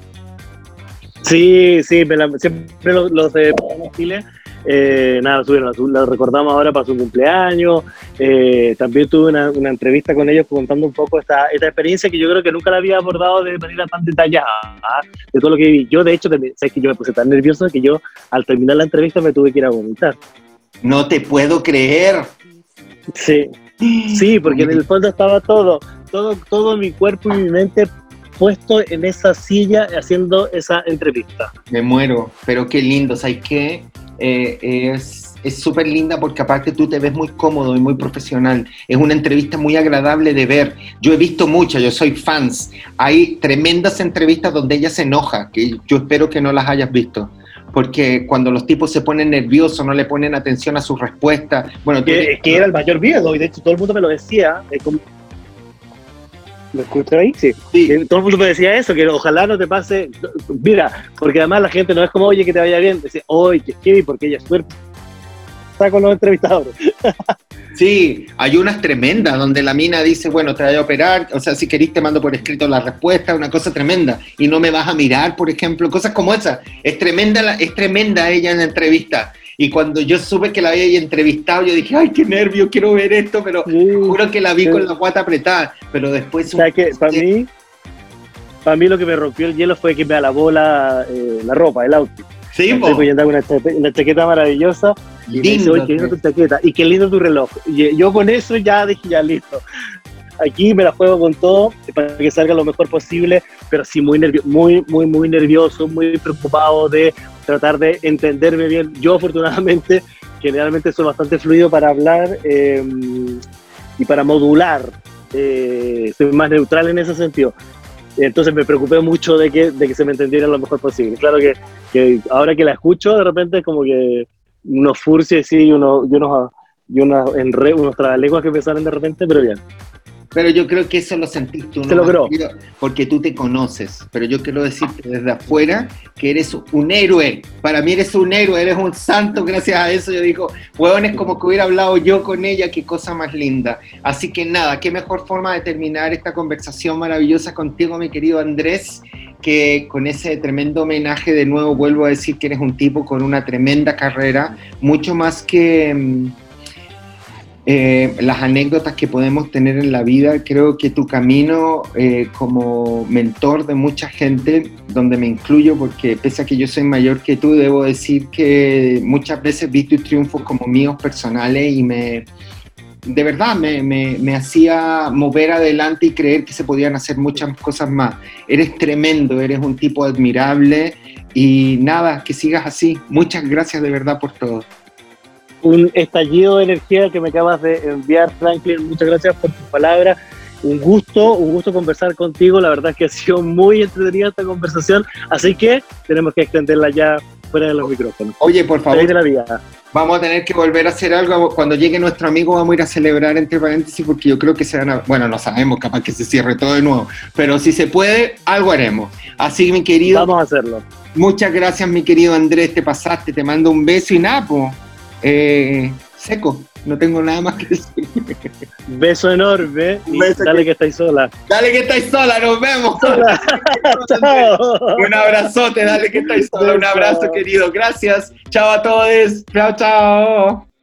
Sí, sí, me la, siempre los, los de Chile, eh, nada, subieron, la recordamos ahora para su cumpleaños. Eh, también tuve una, una entrevista con ellos contando un poco esta, esta experiencia que yo creo que nunca la había abordado de manera tan detallada, ¿eh? De todo lo que viví. Yo, de hecho, sabes que yo me puse tan nervioso que yo, al terminar la entrevista, me tuve que ir a vomitar. No te puedo creer. Sí, sí, porque en el fondo estaba todo, todo, todo mi cuerpo y mi mente puesto en esa silla haciendo esa entrevista. Me muero, pero qué lindo, ¿sabes qué? Eh, es es súper linda porque aparte tú te ves muy cómodo y muy profesional. Es una entrevista muy agradable de ver. Yo he visto muchas, yo soy fans. Hay tremendas entrevistas donde ella se enoja, que yo espero que no las hayas visto. Porque cuando los tipos se ponen nerviosos, no le ponen atención a sus respuestas. Bueno, tú que, eres... que era el mayor miedo, y de hecho todo el mundo me lo decía. Eh, como... ¿Me escuchas ahí? Sí. sí. Que todo el mundo me decía eso, que ojalá no te pase. Mira, porque además la gente no es como, oye, que te vaya bien. Decía, oye, que heavy, porque ella es suerte. Está con los entrevistadores. Sí, hay unas tremendas donde la mina dice, bueno, te voy a operar, o sea, si querís te mando por escrito la respuesta, una cosa tremenda, y no me vas a mirar, por ejemplo, cosas como esas. Es tremenda, es tremenda ella en la entrevista. Y cuando yo supe que la había entrevistado, yo dije, ay, qué nervio, quiero ver esto, pero sí, juro que la vi sí. con la guata apretada, pero después... O sea, que para mí, para mí lo que me rompió el hielo fue que me alabó la, eh, la ropa, el outfit. Sí, po. Yo andaba con una chaqueta, una chaqueta maravillosa y lindo, me dice, oye, qué lindo tu chaqueta y qué lindo tu reloj. Y yo con eso ya dije, ya listo. Aquí me la juego con todo para que salga lo mejor posible, pero sí muy nervioso, muy, muy, muy nervioso, muy preocupado de tratar de entenderme bien. Yo afortunadamente, generalmente soy bastante fluido para hablar eh, y para modular. Eh, soy más neutral en ese sentido. Entonces me preocupé mucho de que, de que se me entendiera lo mejor posible. Claro que, que ahora que la escucho, de repente es como que unos furcios y unos, y unos, y unos, enre, unos trabalenguas que me salen de repente, pero bien. Pero yo creo que eso lo sentís tú, ¿no? Se logró. Porque tú te conoces. Pero yo quiero decirte desde afuera que eres un héroe. Para mí eres un héroe, eres un santo. Gracias a eso yo digo, huevón, es como que hubiera hablado yo con ella, qué cosa más linda. Así que nada, qué mejor forma de terminar esta conversación maravillosa contigo, mi querido Andrés, que con ese tremendo homenaje. De nuevo vuelvo a decir que eres un tipo con una tremenda carrera, mucho más que eh, las anécdotas que podemos tener en la vida. Creo que tu camino eh, como mentor de mucha gente, donde me incluyo, porque pese a que yo soy mayor que tú, debo decir que muchas veces vi tus triunfos como míos personales y me... de verdad me, me, me hacía mover adelante y creer que se podían hacer muchas cosas más. Eres tremendo, eres un tipo admirable y nada, que sigas así. Muchas gracias de verdad por todo. Un estallido de energía que me acabas de enviar, Franklin. Muchas gracias por tus palabras. Un gusto, un gusto conversar contigo. La verdad es que ha sido muy entretenida esta conversación, así que tenemos que extenderla ya fuera de los micrófonos. Oye, por favor. De la vida. Vamos a tener que volver a hacer algo. Cuando llegue nuestro amigo vamos a ir a celebrar, entre paréntesis, porque yo creo que se van a... Bueno, no sabemos, capaz que se cierre todo de nuevo, pero si se puede, algo haremos. Así, mi querido... Vamos a hacerlo. Muchas gracias, mi querido Andrés, te pasaste, te mando un beso y nada, pues, eh, seco, no tengo nada más que decir. Beso enorme y beso dale que... que estáis sola. Dale que estáis sola, nos vemos. Chao. Un abrazote, dale que estáis sola, un abrazo, querido, gracias. Chao a todos, chao, chao.